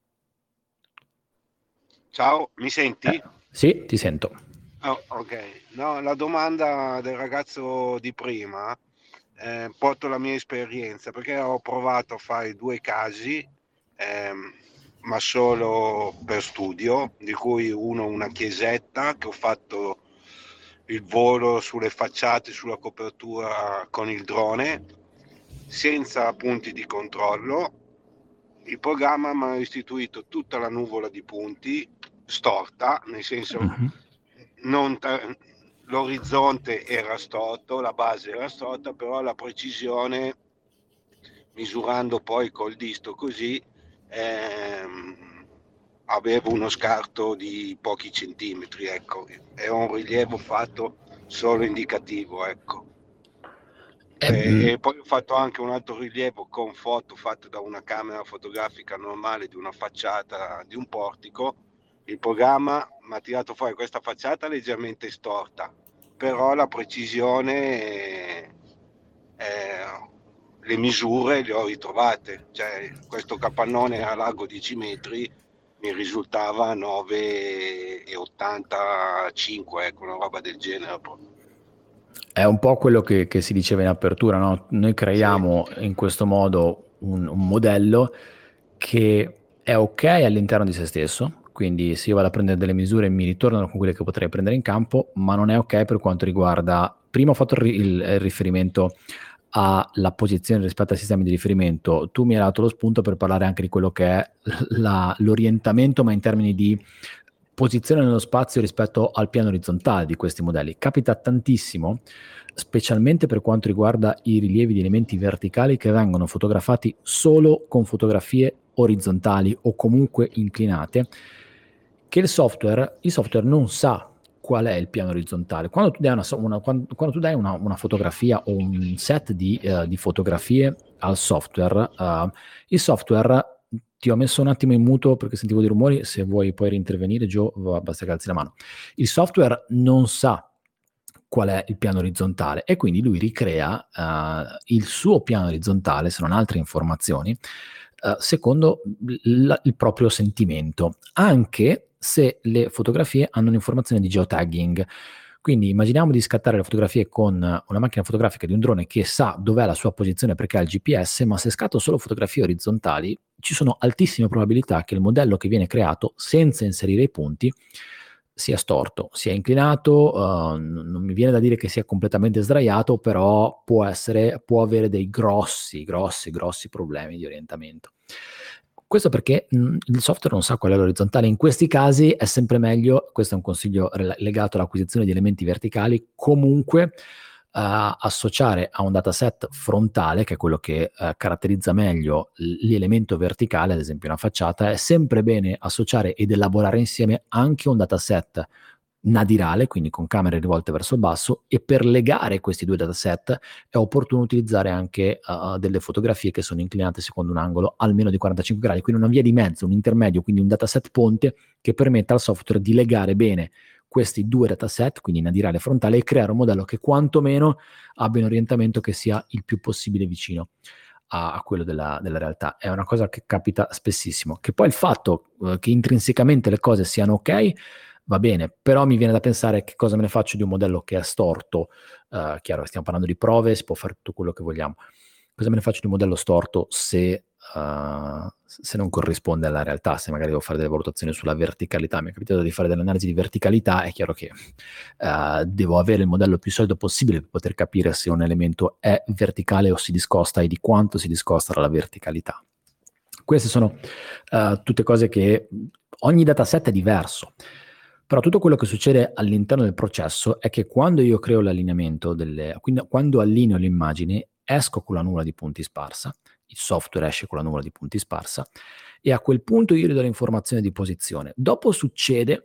Ciao, mi senti? Eh, sì, ti sento. Oh, ok, no, la domanda del ragazzo di prima, eh, porto la mia esperienza perché ho provato a fare due casi, ehm, ma solo per studio, di cui uno una chiesetta che ho fatto il volo sulle facciate, sulla copertura con il drone, senza punti di controllo. Il programma mi ha istituito tutta la nuvola di punti storta, nel senso Mm-hmm. non ta- l'orizzonte era storto, la base era storta, però la precisione, misurando poi col disto così, ehm, avevo uno scarto di pochi centimetri, ecco, è un rilievo fatto solo indicativo, ecco. Eh, e, e poi ho fatto anche un altro rilievo con foto fatte da una camera fotografica normale di una facciata di un portico. Il programma mi ha tirato fuori questa facciata leggermente storta, però la precisione, eh, le misure le ho ritrovate, cioè questo capannone era largo dieci metri, mi risultava nove e ottantacinque, ecco, una roba del genere proprio. È un po' quello che, che si diceva in apertura, no? Noi creiamo sì. in questo modo un, un modello che è ok all'interno di se stesso, quindi se io vado a prendere delle misure mi ritornano con quelle che potrei prendere in campo, ma non è ok per quanto riguarda, prima ho fatto il, il, il riferimento alla posizione rispetto ai sistemi di riferimento, tu mi hai dato lo spunto per parlare anche di quello che è la, l'orientamento, ma in termini di posizione nello spazio rispetto al piano orizzontale di questi modelli. Capita tantissimo, specialmente per quanto riguarda i rilievi di elementi verticali che vengono fotografati solo con fotografie orizzontali o comunque inclinate, che il software, il software non sa qual è il piano orizzontale. Quando tu dai una, una, quando, quando tu dai una, una fotografia o un set di, uh, di fotografie al software, uh, il software, ti ho messo un attimo in muto perché sentivo dei rumori, se vuoi poi reintervenire Gio, basta che alzi la mano. Il software non sa qual è il piano orizzontale e quindi lui ricrea uh, il suo piano orizzontale, se non altre informazioni, uh, secondo l- il proprio sentimento, anche se le fotografie hanno un'informazione di geotagging. Quindi immaginiamo di scattare le fotografie con una macchina fotografica di un drone che sa dov'è la sua posizione perché ha il G P S, ma se scatto solo fotografie orizzontali, ci sono altissime probabilità che il modello che viene creato senza inserire i punti sia storto, sia inclinato, uh, non mi viene da dire che sia completamente sdraiato, però può essere, può avere dei grossi, grossi, grossi problemi di orientamento. Questo perché mh, il software non sa qual è l'orizzontale. In questi casi è sempre meglio, questo è un consiglio re- legato all'acquisizione di elementi verticali, comunque uh, associare a un dataset frontale, che è quello che uh, caratterizza meglio l- l'elemento verticale, ad esempio una facciata, è sempre bene associare ed elaborare insieme anche un dataset nadirale, quindi con camere rivolte verso il basso, e per legare questi due dataset è opportuno utilizzare anche uh, delle fotografie che sono inclinate secondo un angolo almeno di quarantacinque gradi, quindi una via di mezzo, un intermedio, quindi un dataset ponte che permetta al software di legare bene questi due dataset, quindi nadirale e frontale, e creare un modello che quantomeno abbia un orientamento che sia il più possibile vicino a, a quello della, della realtà. È una cosa che capita spessissimo, che poi il fatto uh, che intrinsecamente le cose siano ok va bene, però mi viene da pensare che cosa me ne faccio di un modello che è storto. Uh, chiaro, stiamo parlando di prove, si può fare tutto quello che vogliamo. Cosa me ne faccio di un modello storto se, uh, se non corrisponde alla realtà, se magari devo fare delle valutazioni sulla verticalità? Mi è capitato di fare delle analisi di verticalità, è chiaro che uh, devo avere il modello più solido possibile per poter capire se un elemento è verticale o si discosta e di quanto si discosta dalla verticalità. Queste sono uh, tutte cose che ogni dataset è diverso. Però tutto quello che succede all'interno del processo è che quando io creo l'allineamento, delle, quindi quando allineo l'immagine, esco con la nuvola di punti sparsa, il software esce con la nuvola di punti sparsa, e a quel punto io gli do l'informazione di posizione. Dopo succede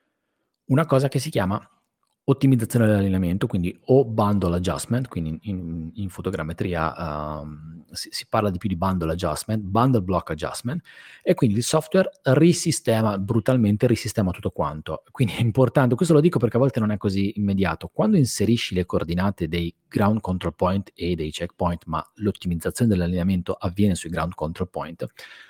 una cosa che si chiama ottimizzazione dell'allineamento, quindi o bundle adjustment, quindi in, in fotogrammetria um, si, si parla di più di bundle adjustment, bundle block adjustment, e quindi il software risistema, brutalmente risistema tutto quanto. Quindi è importante, questo lo dico perché a volte non è così immediato, quando inserisci le coordinate dei ground control point e dei checkpoint, ma l'ottimizzazione dell'allineamento avviene sui ground control point,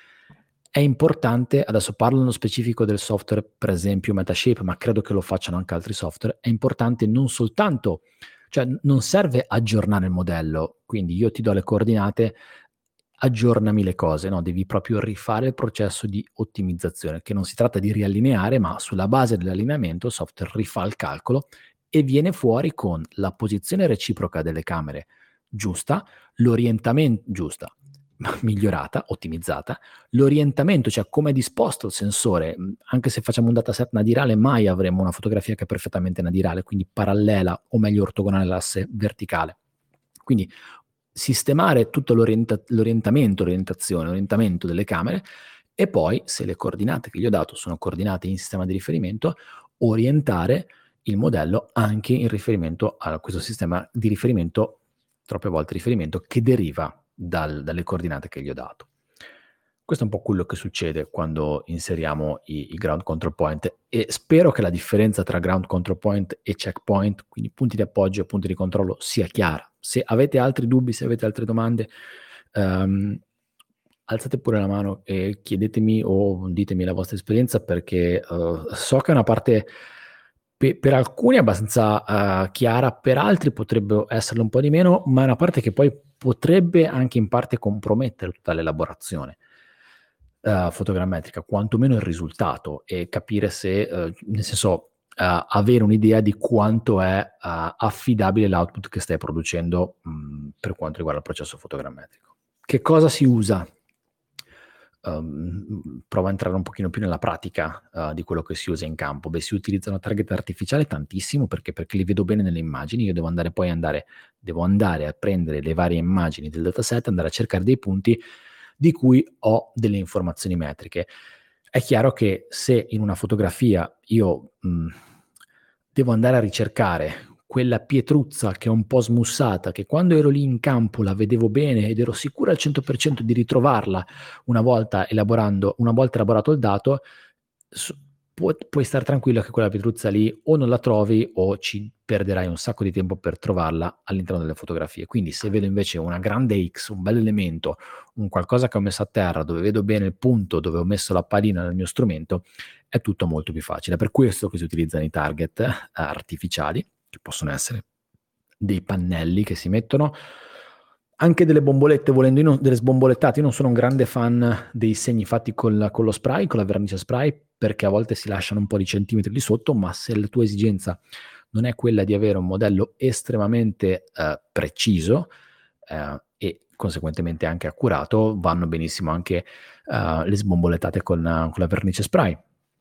è importante, adesso parlo nello specifico del software, per esempio Metashape, ma credo che lo facciano anche altri software, è importante non soltanto, cioè non serve aggiornare il modello, quindi io ti do le coordinate, aggiornami le cose, no? Devi proprio rifare il processo di ottimizzazione, che non si tratta di riallineare, ma sulla base dell'allineamento il software rifà il calcolo e viene fuori con la posizione reciproca delle camere giusta, l'orientamento giusta, migliorata, ottimizzata, l'orientamento, cioè come è disposto il sensore. Anche se facciamo un dataset nadirale, mai avremo una fotografia che è perfettamente nadirale, quindi parallela o meglio ortogonale all'asse verticale. Quindi sistemare tutto l'orienta- l'orientamento, l'orientazione, l'orientamento delle camere, e poi, se le coordinate che gli ho dato sono coordinate in sistema di riferimento, orientare il modello anche in riferimento a questo sistema di riferimento troppe volte riferimento, che deriva dal, dalle coordinate che gli ho dato. Questo è un po' quello che succede quando inseriamo i, i ground control point, e spero che la differenza tra ground control point e checkpoint, quindi punti di appoggio e punti di controllo, sia chiara. Se avete altri dubbi, se avete altre domande, um, alzate pure la mano e chiedetemi o ditemi la vostra esperienza, perché uh, so che è una parte pe- per alcuni abbastanza uh, chiara, per altri potrebbe esserlo un po' di meno, ma è una parte che poi potrebbe anche in parte compromettere tutta l'elaborazione uh, fotogrammetrica, quantomeno il risultato, e capire se, uh, nel senso, Uh, avere un'idea di quanto è uh, affidabile l'output che stai producendo mh, per quanto riguarda il processo fotogrammetrico. Che cosa si usa? Um, provo a entrare un pochino più nella pratica uh, di quello che si usa in campo. Beh, si utilizzano target artificiali tantissimo, perché, perché li vedo bene nelle immagini. Io devo andare poi andare, devo andare a prendere le varie immagini del dataset, andare a cercare dei punti di cui ho delle informazioni metriche. È chiaro che se in una fotografia io mh, devo andare a ricercare quella pietruzza che è un po' smussata, che quando ero lì in campo la vedevo bene ed ero sicuro al cento per cento di ritrovarla una volta elaborando, una volta elaborato il dato, su, pu- puoi stare tranquillo che quella pietruzza lì o non la trovi o ci perderai un sacco di tempo per trovarla all'interno delle fotografie. Quindi se vedo invece una grande X, un bel elemento, un qualcosa che ho messo a terra, dove vedo bene il punto dove ho messo la pallina nel mio strumento, è tutto molto più facile. È per questo che si utilizzano i target eh, artificiali, che possono essere dei pannelli che si mettono, anche delle bombolette, volendo, io non, delle sbombolettate. Io non sono un grande fan dei segni fatti col, con lo spray, con la vernice spray, perché a volte si lasciano un po' di centimetri lì sotto, ma se la tua esigenza non è quella di avere un modello estremamente eh, preciso eh, e conseguentemente anche accurato, vanno benissimo anche uh, le sbombolettate con, uh, con la vernice spray.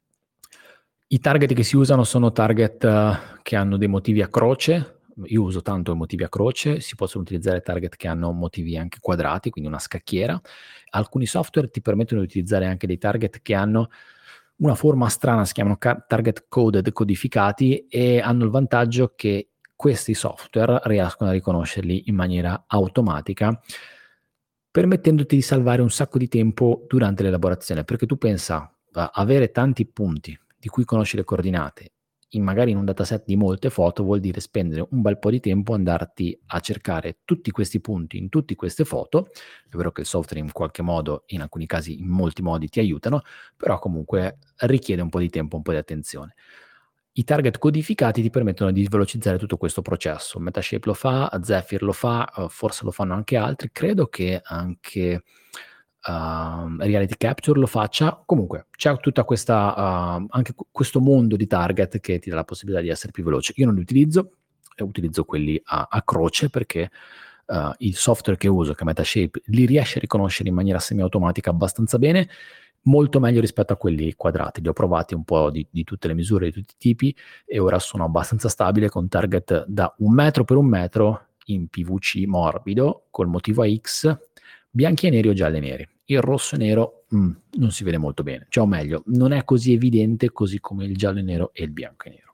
I target che si usano sono target uh, che hanno dei motivi a croce. Io uso tanto i motivi a croce. Si possono utilizzare target che hanno motivi anche quadrati, quindi una scacchiera. Alcuni software ti permettono di utilizzare anche dei target che hanno una forma strana, si chiamano target coded, codificati, e hanno il vantaggio che questi software riescono a riconoscerli in maniera automatica, permettendoti di salvare un sacco di tempo durante l'elaborazione, perché tu pensa uh, avere tanti punti di cui conosci le coordinate, in magari in un dataset di molte foto, vuol dire spendere un bel po' di tempo andarti a cercare tutti questi punti in tutte queste foto. È vero che il software in qualche modo, in alcuni casi, in molti modi ti aiutano, però comunque richiede un po' di tempo, un po' di attenzione. I target codificati ti permettono di velocizzare tutto questo processo. Metashape lo fa, Zephyr lo fa, uh, forse lo fanno anche altri, credo che anche uh, Reality Capture lo faccia. Comunque c'è tutta questa uh, anche questo mondo di target che ti dà la possibilità di essere più veloce. Io non li utilizzo, e utilizzo quelli a, a croce, perché uh, il software che uso, che è Metashape, li riesce a riconoscere in maniera semiautomatica abbastanza bene, molto meglio rispetto a quelli quadrati. Li ho provati un po' di, di tutte le misure, di tutti i tipi, e ora sono abbastanza stabile con target da un metro per un metro in P V C morbido, col motivo a X, bianchi e neri o gialli e neri. Il rosso e nero mm, non si vede molto bene, cioè o meglio, non è così evidente così come il giallo e nero e il bianco e nero.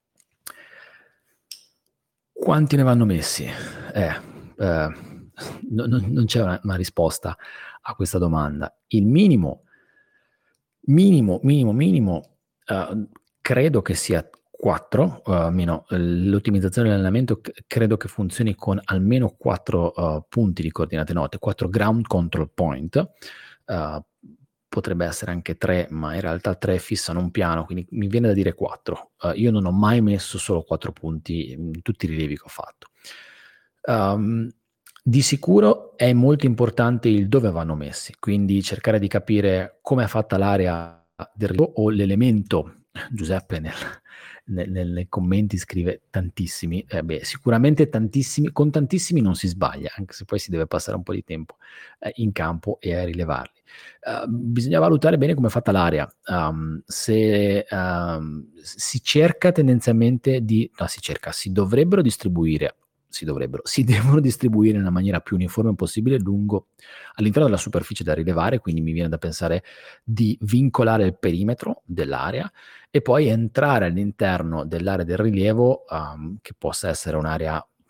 Quanti ne vanno messi? Eh, eh, no, no, non c'è una, una risposta a questa domanda. Il minimo Minimo, minimo, minimo, uh, credo che sia quattro, uh, almeno l'ottimizzazione dell'allenamento c- credo che funzioni con almeno quattro uh, punti di coordinate note, quattro ground control point, uh, potrebbe essere anche tre, ma in realtà tre fissano un piano, quindi mi viene da dire quattro. Uh, io non ho mai messo solo quattro punti in tutti i rilievi che ho fatto. Um, Di sicuro è molto importante il dove vanno messi, quindi cercare di capire come è fatta l'area del rilievo o l'elemento. Giuseppe nel, nel, nel, nei commenti scrive tantissimi, eh beh, sicuramente tantissimi, con tantissimi non si sbaglia, anche se poi si deve passare un po' di tempo eh, in campo e a rilevarli. Uh, bisogna valutare bene come è fatta l'area. Um, se um, si cerca tendenzialmente di, no, si cerca, si dovrebbero distribuire si dovrebbero, si devono distribuire nella maniera più uniforme possibile lungo all'interno della superficie da rilevare, quindi mi viene da pensare di vincolare il perimetro dell'area e poi entrare all'interno dell'area del rilievo, um, che possa essere un'area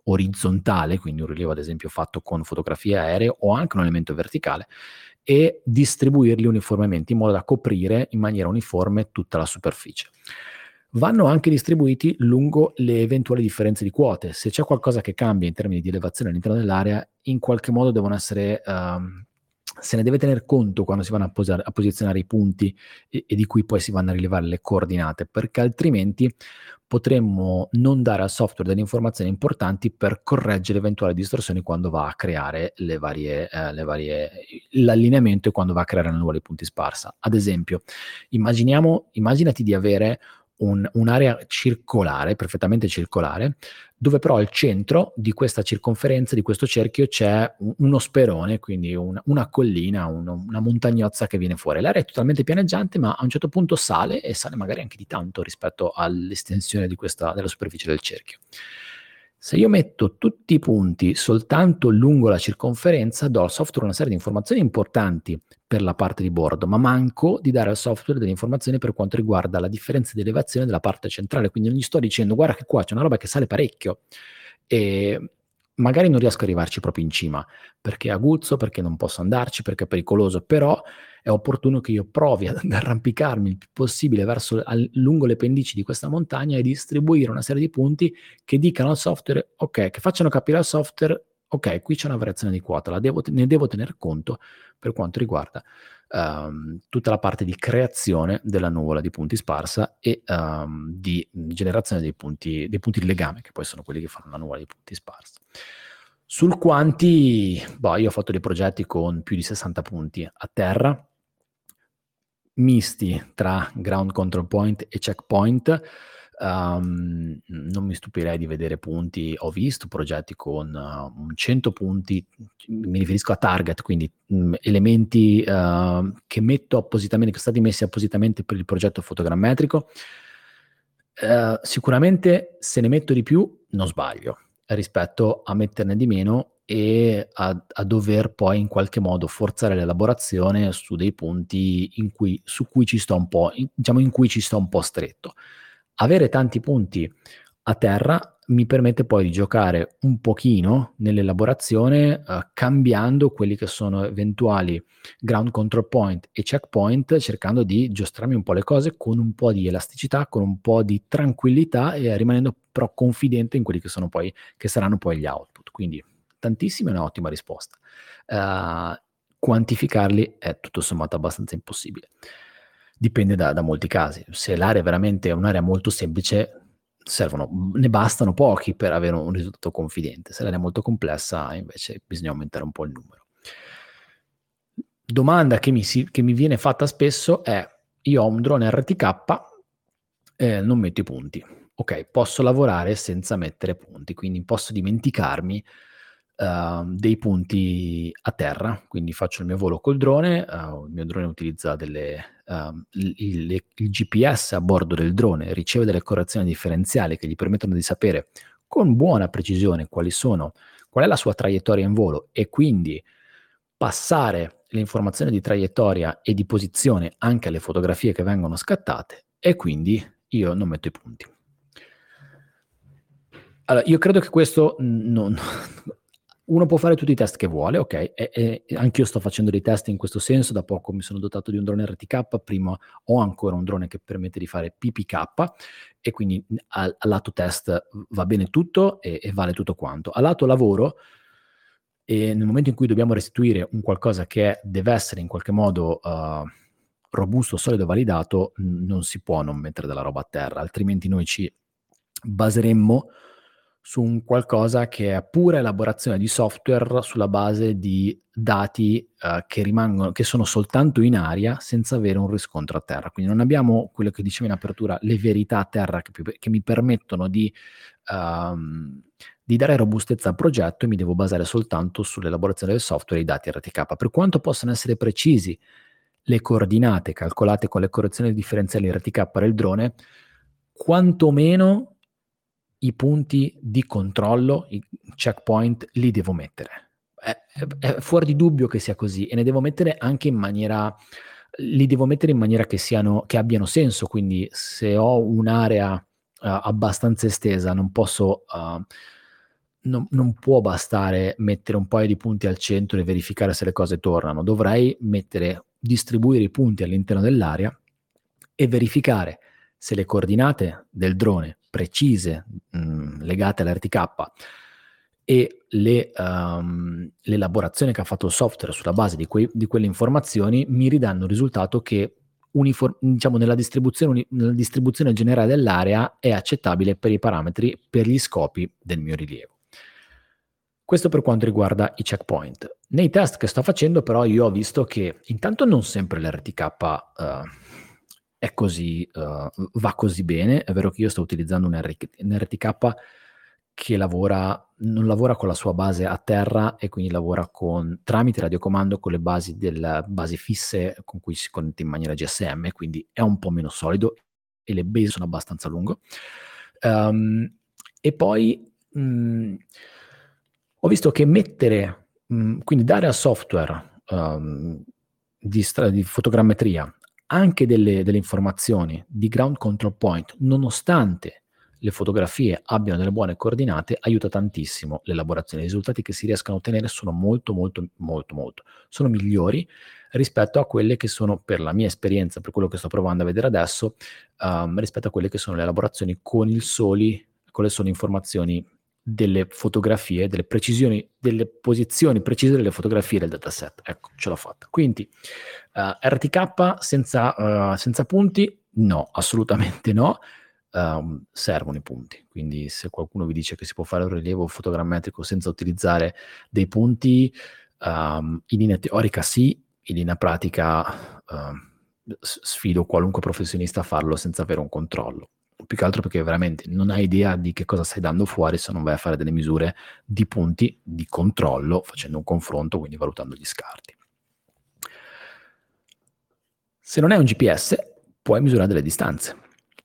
orizzontale, quindi un rilievo ad esempio fatto con fotografie aeree, o anche un elemento verticale, e distribuirli uniformemente in modo da coprire in maniera uniforme tutta la superficie. Vanno anche distribuiti lungo le eventuali differenze di quote. Se c'è qualcosa che cambia in termini di elevazione all'interno dell'area, in qualche modo devono essere, um, se ne deve tener conto quando si vanno a, posare, a posizionare i punti e, e di cui poi si vanno a rilevare le coordinate, perché altrimenti potremmo non dare al software delle informazioni importanti per correggere eventuali distorsioni quando va a creare le varie, eh, le varie, l'allineamento e quando va a creare una nuova di punti sparsa. Ad esempio, immaginiamo, immaginati di avere un, un'area circolare, perfettamente circolare, dove però al centro di questa circonferenza, di questo cerchio, c'è un, uno sperone, quindi un, una collina, un, una montagnozza che viene fuori. L'area è totalmente pianeggiante, ma a un certo punto sale, e sale magari anche di tanto rispetto all'estensione di questa, della superficie del cerchio. Se io metto tutti i punti soltanto lungo la circonferenza, do al software una serie di informazioni importanti per la parte di bordo, ma manco di dare al software delle informazioni per quanto riguarda la differenza di elevazione della parte centrale. Quindi non gli sto dicendo: guarda che qua c'è una roba che sale parecchio, e magari non riesco ad arrivarci proprio in cima, perché è aguzzo, perché non posso andarci, perché è pericoloso, però è opportuno che io provi ad arrampicarmi il più possibile verso, al, lungo le pendici di questa montagna, e distribuire una serie di punti che dicano al software, ok, che facciano capire al software, ok, qui c'è una variazione di quota, la devo, ne devo tener conto per quanto riguarda um, tutta la parte di creazione della nuvola di punti sparsa e um, di generazione dei punti, dei punti di legame, che poi sono quelli che fanno la nuvola di punti sparsa. Sul quanti, boh, io ho fatto dei progetti con più di sessanta punti a terra, misti tra ground control point e checkpoint. Um, non mi stupirei di vedere punti, ho visto progetti con uh, cento punti, mi riferisco a target, quindi mh, elementi uh, che metto appositamente, che sono stati messi appositamente per il progetto fotogrammetrico. Uh, sicuramente se ne metto di più non sbaglio rispetto a metterne di meno e a, a dover poi in qualche modo forzare l'elaborazione su dei punti in cui, su cui ci sto un po', in, diciamo in cui ci sto un po' stretto. Avere tanti punti a terra mi permette poi di giocare un pochino nell'elaborazione, eh, cambiando quelli che sono eventuali ground control point e checkpoint, cercando di giostrarmi un po' le cose con un po' di elasticità, con un po' di tranquillità, e rimanendo però confidente in quelli che sono poi, che saranno poi gli output. Quindi tantissimo è un'ottima risposta. Uh, quantificarli è tutto sommato abbastanza impossibile. Dipende da, da molti casi. Se l'area è veramente un'area molto semplice, servono, ne bastano pochi per avere un risultato confidente. Se l'area è molto complessa, invece bisogna aumentare un po' il numero. Domanda che mi, si, che mi viene fatta spesso è: io ho un drone R T K, eh, non metto i punti. Ok, posso lavorare senza mettere punti, quindi posso dimenticarmi Uh, dei punti a terra, quindi faccio il mio volo col drone, uh, il mio drone utilizza delle, uh, il, il, il G P S a bordo del drone, riceve delle correzioni differenziali che gli permettono di sapere con buona precisione quali sono, qual è la sua traiettoria in volo, e quindi passare le informazioni di traiettoria e di posizione anche alle fotografie che vengono scattate, e quindi io non metto i punti. Allora, io credo che questo non... Uno può fare tutti i test che vuole, ok, e, e anche io sto facendo dei test in questo senso. Da poco mi sono dotato di un drone R T K, prima ho ancora un drone che permette di fare P P K, e quindi al, al lato test va bene tutto e, e vale tutto quanto. Al lato lavoro, e nel momento in cui dobbiamo restituire un qualcosa che deve essere in qualche modo uh, robusto, solido, validato, non si può non mettere della roba a terra, altrimenti noi ci baseremmo su un qualcosa che è pura elaborazione di software sulla base di dati uh, che rimangono, che sono soltanto in aria, senza avere un riscontro a terra. Quindi non abbiamo quello che dicevo in apertura, le verità a terra che, che mi permettono di, um, di dare robustezza al progetto, e mi devo basare soltanto sull'elaborazione del software e i dati R T K. Per quanto possano essere precisi le coordinate calcolate con le correzioni differenziali R T K del drone, quantomeno i punti di controllo, i checkpoint, li devo mettere. È, è, è fuori di dubbio che sia così, e ne devo mettere anche in maniera, li devo mettere in maniera che siano, che abbiano senso. Quindi se ho un'area uh, abbastanza estesa, non posso, uh, non, non può bastare mettere un paio di punti al centro e verificare se le cose tornano. Dovrei mettere, distribuire i punti all'interno dell'area e verificare se le coordinate del drone precise, mh, legate all'R T K, e le, um, l'elaborazione che ha fatto il software sulla base di, quei, di quelle informazioni mi ridanno un risultato che uniform, diciamo nella distribuzione, nella distribuzione generale dell'area è accettabile per i parametri, per gli scopi del mio rilievo. Questo per quanto riguarda i checkpoint. Nei test che sto facendo però io ho visto che intanto non sempre l'R T K uh, è così, uh, va così bene. È vero che io sto utilizzando un, R- un R T K che lavora, non lavora con la sua base a terra e quindi lavora con, tramite radiocomando con le basi, del, basi fisse con cui si connette in maniera G S M, quindi è un po' meno solido e le base sono abbastanza lunghe. Um, e poi mh, ho visto che mettere, mh, quindi dare al software um, di, stra- di fotogrammetria anche delle, delle informazioni di ground control point, nonostante le fotografie abbiano delle buone coordinate, aiuta tantissimo l'elaborazione. I risultati che si riescono a ottenere sono molto, molto, molto, molto, sono migliori rispetto a quelle che sono, per la mia esperienza, per quello che sto provando a vedere adesso, um, rispetto a quelle che sono le elaborazioni con il soli, con le sole informazioni delle fotografie, delle precisioni, delle posizioni precise delle fotografie del dataset. Ecco, ce l'ho fatta. Quindi uh, R T K senza, uh, senza punti? No, assolutamente no. Um, servono i punti, quindi se qualcuno vi dice che si può fare un rilievo fotogrammetrico senza utilizzare dei punti, um, in linea teorica sì, in linea pratica uh, sfido qualunque professionista a farlo senza avere un controllo, più che altro perché veramente non hai idea di che cosa stai dando fuori se non vai a fare delle misure di punti di controllo facendo un confronto, quindi valutando gli scarti. Se non è un G P S puoi misurare delle distanze.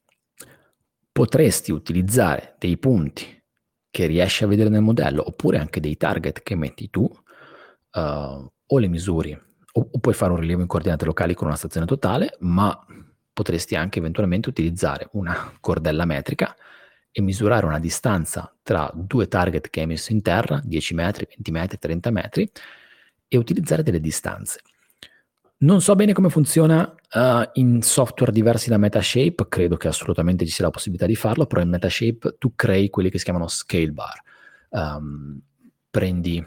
Potresti utilizzare dei punti che riesci a vedere nel modello, oppure anche dei target che metti tu, uh, o le misuri, o, o puoi fare un rilievo in coordinate locali con una stazione totale, ma potresti anche eventualmente utilizzare una cordella metrica e misurare una distanza tra due target che hai messo in terra, dieci metri, venti metri, trenta metri, e utilizzare delle distanze. Non so bene come funziona uh, in software diversi da Metashape, credo che assolutamente ci sia la possibilità di farlo, però in Metashape tu crei quelli che si chiamano scale bar. Um, prendi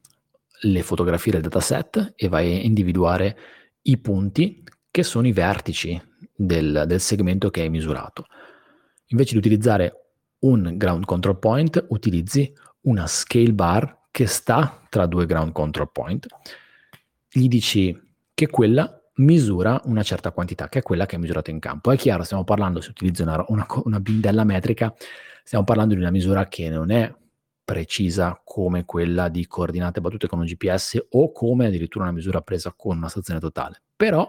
le fotografie del dataset e vai a individuare i punti che sono i vertici del, del segmento che hai misurato. Invece di utilizzare un ground control point, utilizzi una scale bar che sta tra due ground control point. Gli dici che quella misura una certa quantità, che è quella che è misurata in campo. È chiaro, stiamo parlando, se utilizzo una, una, una bindella metrica, stiamo parlando di una misura che non è precisa come quella di coordinate battute con un G P S o come addirittura una misura presa con una stazione totale. Però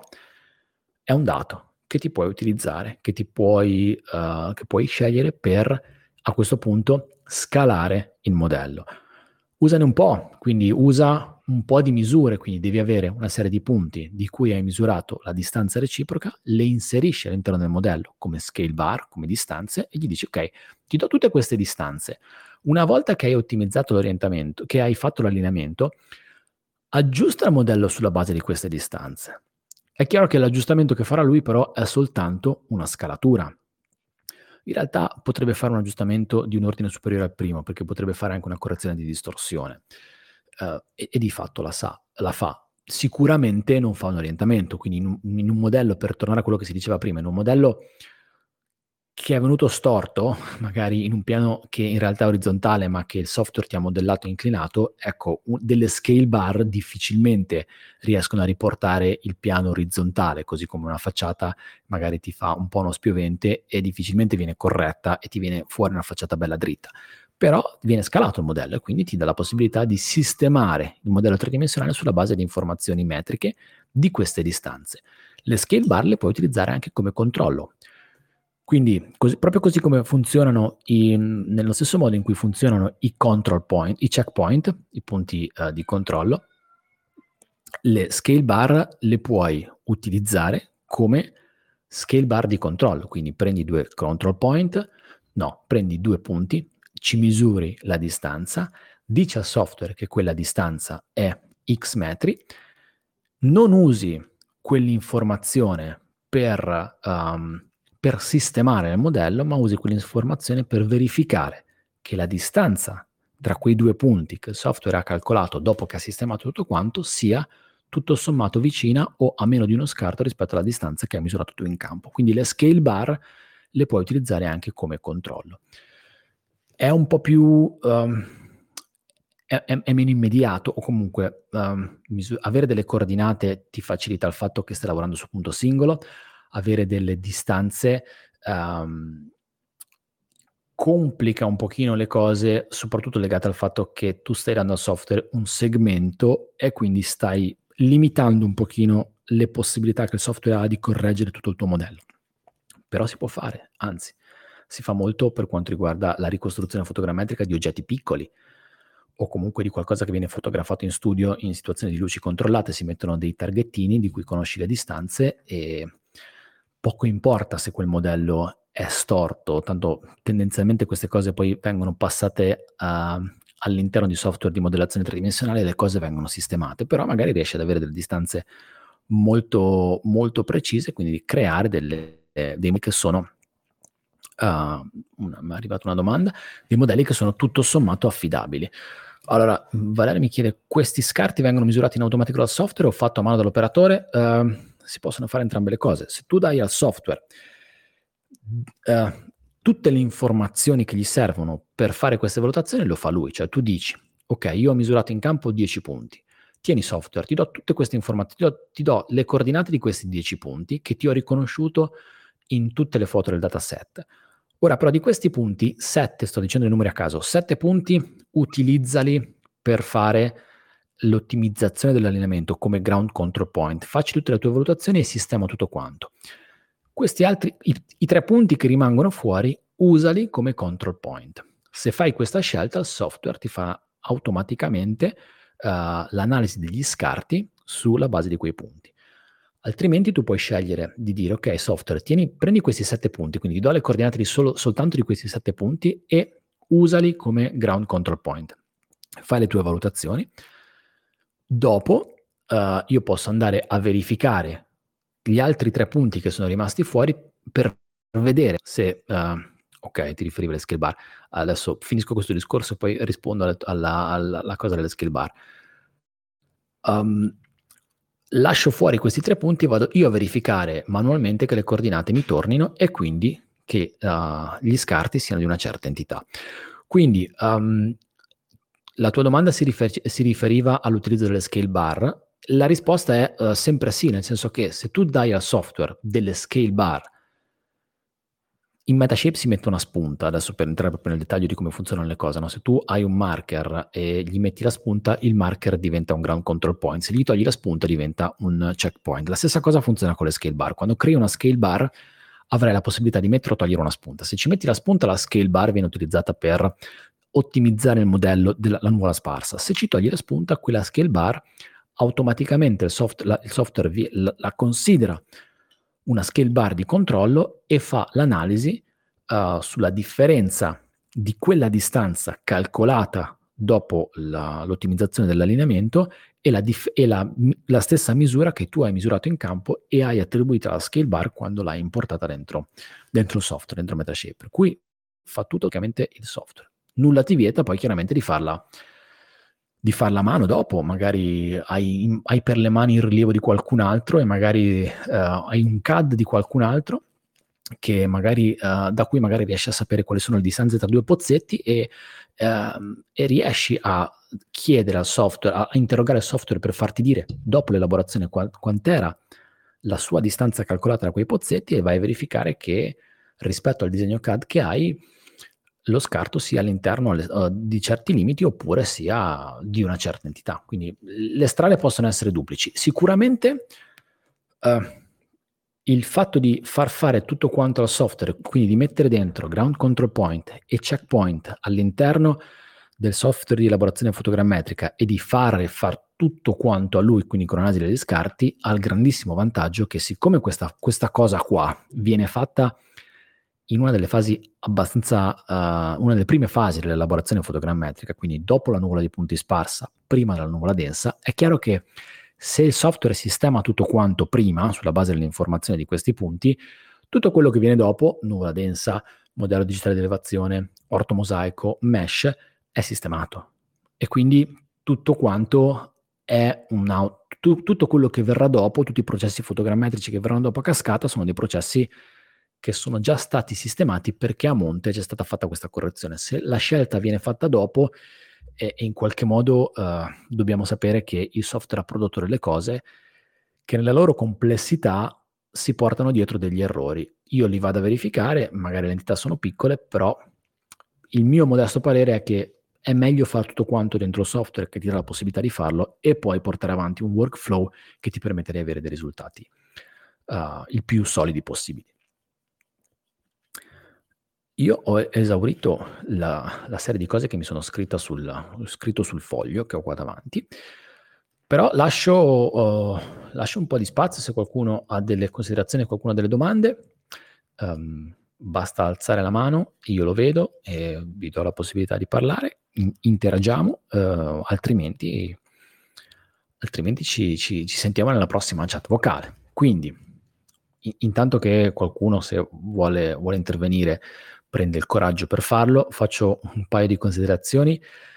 è un dato che ti puoi utilizzare, che ti puoi, uh, che puoi scegliere per, a questo punto, scalare il modello. Usane un po', quindi usa un po' di misure, quindi devi avere una serie di punti di cui hai misurato la distanza reciproca, le inserisci all'interno del modello come scale bar, come distanze, e gli dici ok, ti do tutte queste distanze. Una volta che hai ottimizzato l'orientamento, che hai fatto l'allineamento, aggiusta il modello sulla base di queste distanze. È chiaro che l'aggiustamento che farà lui però è soltanto una scalatura. In realtà potrebbe fare un aggiustamento di un ordine superiore al primo, perché potrebbe fare anche una correzione di distorsione. Uh, e, e di fatto la, sa, la fa. Sicuramente non fa un orientamento, quindi in un, in un modello, per tornare a quello che si diceva prima, in un modello che è venuto storto, magari in un piano che in realtà è orizzontale, ma che il software ti ha modellato inclinato, ecco, un, delle scale bar difficilmente riescono a riportare il piano orizzontale, così come una facciata magari ti fa un po' uno spiovente e difficilmente viene corretta e ti viene fuori una facciata bella dritta. Però viene scalato il modello e quindi ti dà la possibilità di sistemare il modello tridimensionale sulla base di informazioni metriche di queste distanze. Le scale bar le puoi utilizzare anche come controllo. Quindi così, proprio così come funzionano, i, nello stesso modo in cui funzionano i control point, i checkpoint, i punti uh, di controllo, le scale bar le puoi utilizzare come scale bar di controllo. Quindi prendi due control point, no, prendi due punti, ci misuri la distanza, dici al software che quella distanza è X metri, non usi quell'informazione per, um, per sistemare il modello, ma usi quell'informazione per verificare che la distanza tra quei due punti che il software ha calcolato dopo che ha sistemato tutto quanto sia tutto sommato vicina o a meno di uno scarto rispetto alla distanza che hai misurato tu in campo. Quindi le scale bar le puoi utilizzare anche come controllo. È un po' più... Um, è, è, è meno immediato, o comunque um, misu- avere delle coordinate ti facilita il fatto che stai lavorando su punto singolo, avere delle distanze um, complica un pochino le cose, soprattutto legate al fatto che tu stai dando al software un segmento e quindi stai limitando un pochino le possibilità che il software ha di correggere tutto il tuo modello. Però si può fare, anzi, si fa molto per quanto riguarda la ricostruzione fotogrammetrica di oggetti piccoli o comunque di qualcosa che viene fotografato in studio in situazioni di luci controllate, si mettono dei targettini di cui conosci le distanze e poco importa se quel modello è storto, tanto tendenzialmente queste cose poi vengono passate uh, all'interno di software di modellazione tridimensionale e le cose vengono sistemate, però magari riesci ad avere delle distanze molto, molto precise, quindi creare delle, eh, dei che sono Uh, una, mi è arrivata una domanda, dei modelli che sono tutto sommato affidabili. Allora, Valeria mi chiede, questi scarti vengono misurati in automatico dal software o fatto a mano dall'operatore? Uh, si possono fare entrambe le cose. Se tu dai al software uh, tutte le informazioni che gli servono per fare queste valutazioni, lo fa lui. Cioè tu dici, ok, io ho misurato in campo dieci punti, tieni software, ti do tutte queste informazioni, ti do, ti do le coordinate di questi dieci punti che ti ho riconosciuto in tutte le foto del dataset. Ora però di questi punti, sette, sto dicendo i numeri a caso, sette punti utilizzali per fare l'ottimizzazione dell'allineamento come ground control point. Facci tutte le tue valutazioni e sistema tutto quanto. Questi altri, i, i tre punti che rimangono fuori, usali come control point. Se fai questa scelta, il software ti fa automaticamente uh, l'analisi degli scarti sulla base di quei punti. Altrimenti tu puoi scegliere di dire, ok, software, tieni, prendi questi sette punti, quindi ti do le coordinate di solo, soltanto di questi sette punti e usali come ground control point. Fai le tue valutazioni. Dopo uh, io posso andare a verificare gli altri tre punti che sono rimasti fuori per vedere se... Uh, ok, ti riferivi alle scale bar. Adesso finisco questo discorso e poi rispondo alla, alla, alla, alla cosa delle scale bar. Um, Lascio fuori questi tre punti e vado io a verificare manualmente che le coordinate mi tornino e quindi che uh, gli scarti siano di una certa entità. Quindi um, la tua domanda si, rifer- si riferiva all'utilizzo delle scale bar. La risposta è uh, sempre sì, nel senso che se tu dai al software delle scale bar, in Metashape si mette una spunta, adesso per entrare proprio nel dettaglio di come funzionano le cose, no? Se tu hai un marker e gli metti la spunta, il marker diventa un ground control point, se gli togli la spunta diventa un checkpoint. La stessa cosa funziona con le scale bar. Quando crei una scale bar avrai la possibilità di mettere o togliere una spunta. Se ci metti la spunta, la scale bar viene utilizzata per ottimizzare il modello della la nuvola sparsa. Se ci togli la spunta, quella scale bar automaticamente il, soft, la, il software vi, la, la considera una scale bar di controllo e fa l'analisi uh, sulla differenza di quella distanza calcolata dopo la, l'ottimizzazione dell'allineamento e, la, dif- e la, la stessa misura che tu hai misurato in campo e hai attribuito alla scale bar quando l'hai importata dentro, dentro il software, dentro Metashape. Per cui fa tutto ovviamente il software. Nulla ti vieta poi chiaramente di farla di farla a mano dopo, magari hai, hai per le mani il rilievo di qualcun altro e magari uh, hai un C A D di qualcun altro che magari, uh, da cui magari riesci a sapere quali sono le distanze tra due pozzetti e, uh, e riesci a chiedere al software, a interrogare il software per farti dire dopo l'elaborazione qual- quant'era la sua distanza calcolata tra quei pozzetti e vai a verificare che rispetto al disegno C A D che hai lo scarto sia all'interno uh, di certi limiti oppure sia di una certa entità. Quindi le strade possono essere duplici. Sicuramente uh, il fatto di far fare tutto quanto al software, quindi di mettere dentro ground control point e checkpoint all'interno del software di elaborazione fotogrammetrica e di fare far tutto quanto a lui, quindi con analisi degli scarti, ha il grandissimo vantaggio che siccome questa, questa cosa qua viene fatta in una delle fasi abbastanza, uh, una delle prime fasi dell'elaborazione fotogrammetrica, quindi dopo la nuvola di punti sparsa, prima della nuvola densa, è chiaro che se il software sistema tutto quanto prima, sulla base delle informazioni di questi punti, tutto quello che viene dopo, nuvola densa, modello digitale di elevazione, ortomosaico, mesh, è sistemato. E quindi tutto quanto è un tu, tutto quello che verrà dopo, tutti i processi fotogrammetrici che verranno dopo a cascata sono dei processi che sono già stati sistemati perché a monte c'è stata fatta questa correzione. Se la scelta viene fatta dopo, e, e in qualche modo uh, dobbiamo sapere che il software ha prodotto delle cose che nella loro complessità si portano dietro degli errori. Io li vado a verificare, magari le entità sono piccole, però il mio modesto parere è che è meglio fare tutto quanto dentro il software che ti dà la possibilità di farlo e poi portare avanti un workflow che ti permette di avere dei risultati uh, il più solidi possibili. Io ho esaurito la, la serie di cose che mi sono scritta sul, scritto sul foglio che ho qua davanti, però lascio, uh, lascio un po' di spazio se qualcuno ha delle considerazioni, qualcuno ha delle domande. Um, basta alzare la mano, io lo vedo e vi do la possibilità di parlare, in, interagiamo, uh, altrimenti, altrimenti ci, ci, ci sentiamo nella prossima chat vocale. Quindi, in, intanto che qualcuno, se vuole, vuole intervenire, prende il coraggio per farlo, faccio un paio di considerazioni.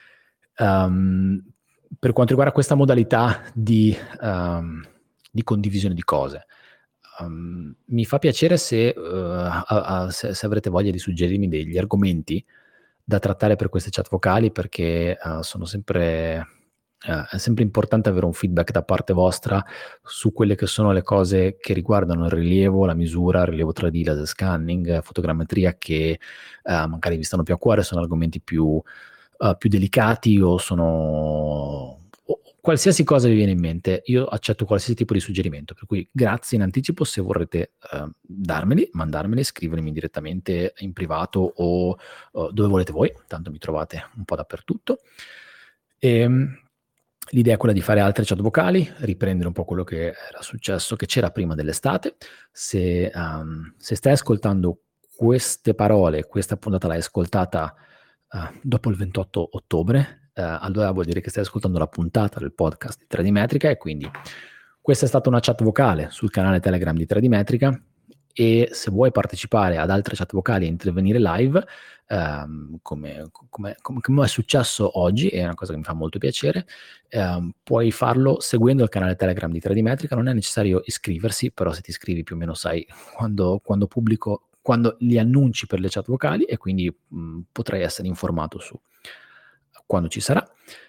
Um, per quanto riguarda questa modalità di, um, di condivisione di cose, Um, mi fa piacere se, uh, a, a, se, se avrete voglia di suggerirmi degli argomenti da trattare per queste chat vocali, perché uh, sono sempre, uh, è sempre importante avere un feedback da parte vostra su quelle che sono le cose che riguardano il rilievo, la misura, il rilievo tre D, laser scanning, fotogrammetria, che uh, magari vi stanno più a cuore, sono argomenti più, uh, più delicati o sono... qualsiasi cosa vi viene in mente, io accetto qualsiasi tipo di suggerimento, per cui grazie in anticipo se vorrete uh, darmeli, mandarmeli, scrivermi direttamente in privato o uh, dove volete voi, tanto mi trovate un po' dappertutto. E, l'idea è quella di fare altre chat vocali, riprendere un po' quello che era successo, che c'era prima dell'estate. Se, um, se stai ascoltando queste parole, questa puntata l'hai ascoltata uh, dopo il ventotto ottobre, Uh, allora vuol dire che stai ascoltando la puntata del podcast di tre D Metrica, e quindi questa è stata una chat vocale sul canale Telegram di tre D Metrica, e se vuoi partecipare ad altre chat vocali e intervenire live, um, come, come, come, come è successo oggi, è una cosa che mi fa molto piacere, um, puoi farlo seguendo il canale Telegram di tre D Metrica. Non è necessario iscriversi, però se ti iscrivi più o meno sai quando, quando pubblico, quando li annunci per le chat vocali, e quindi mh, potrai essere informato su quando ci sarà.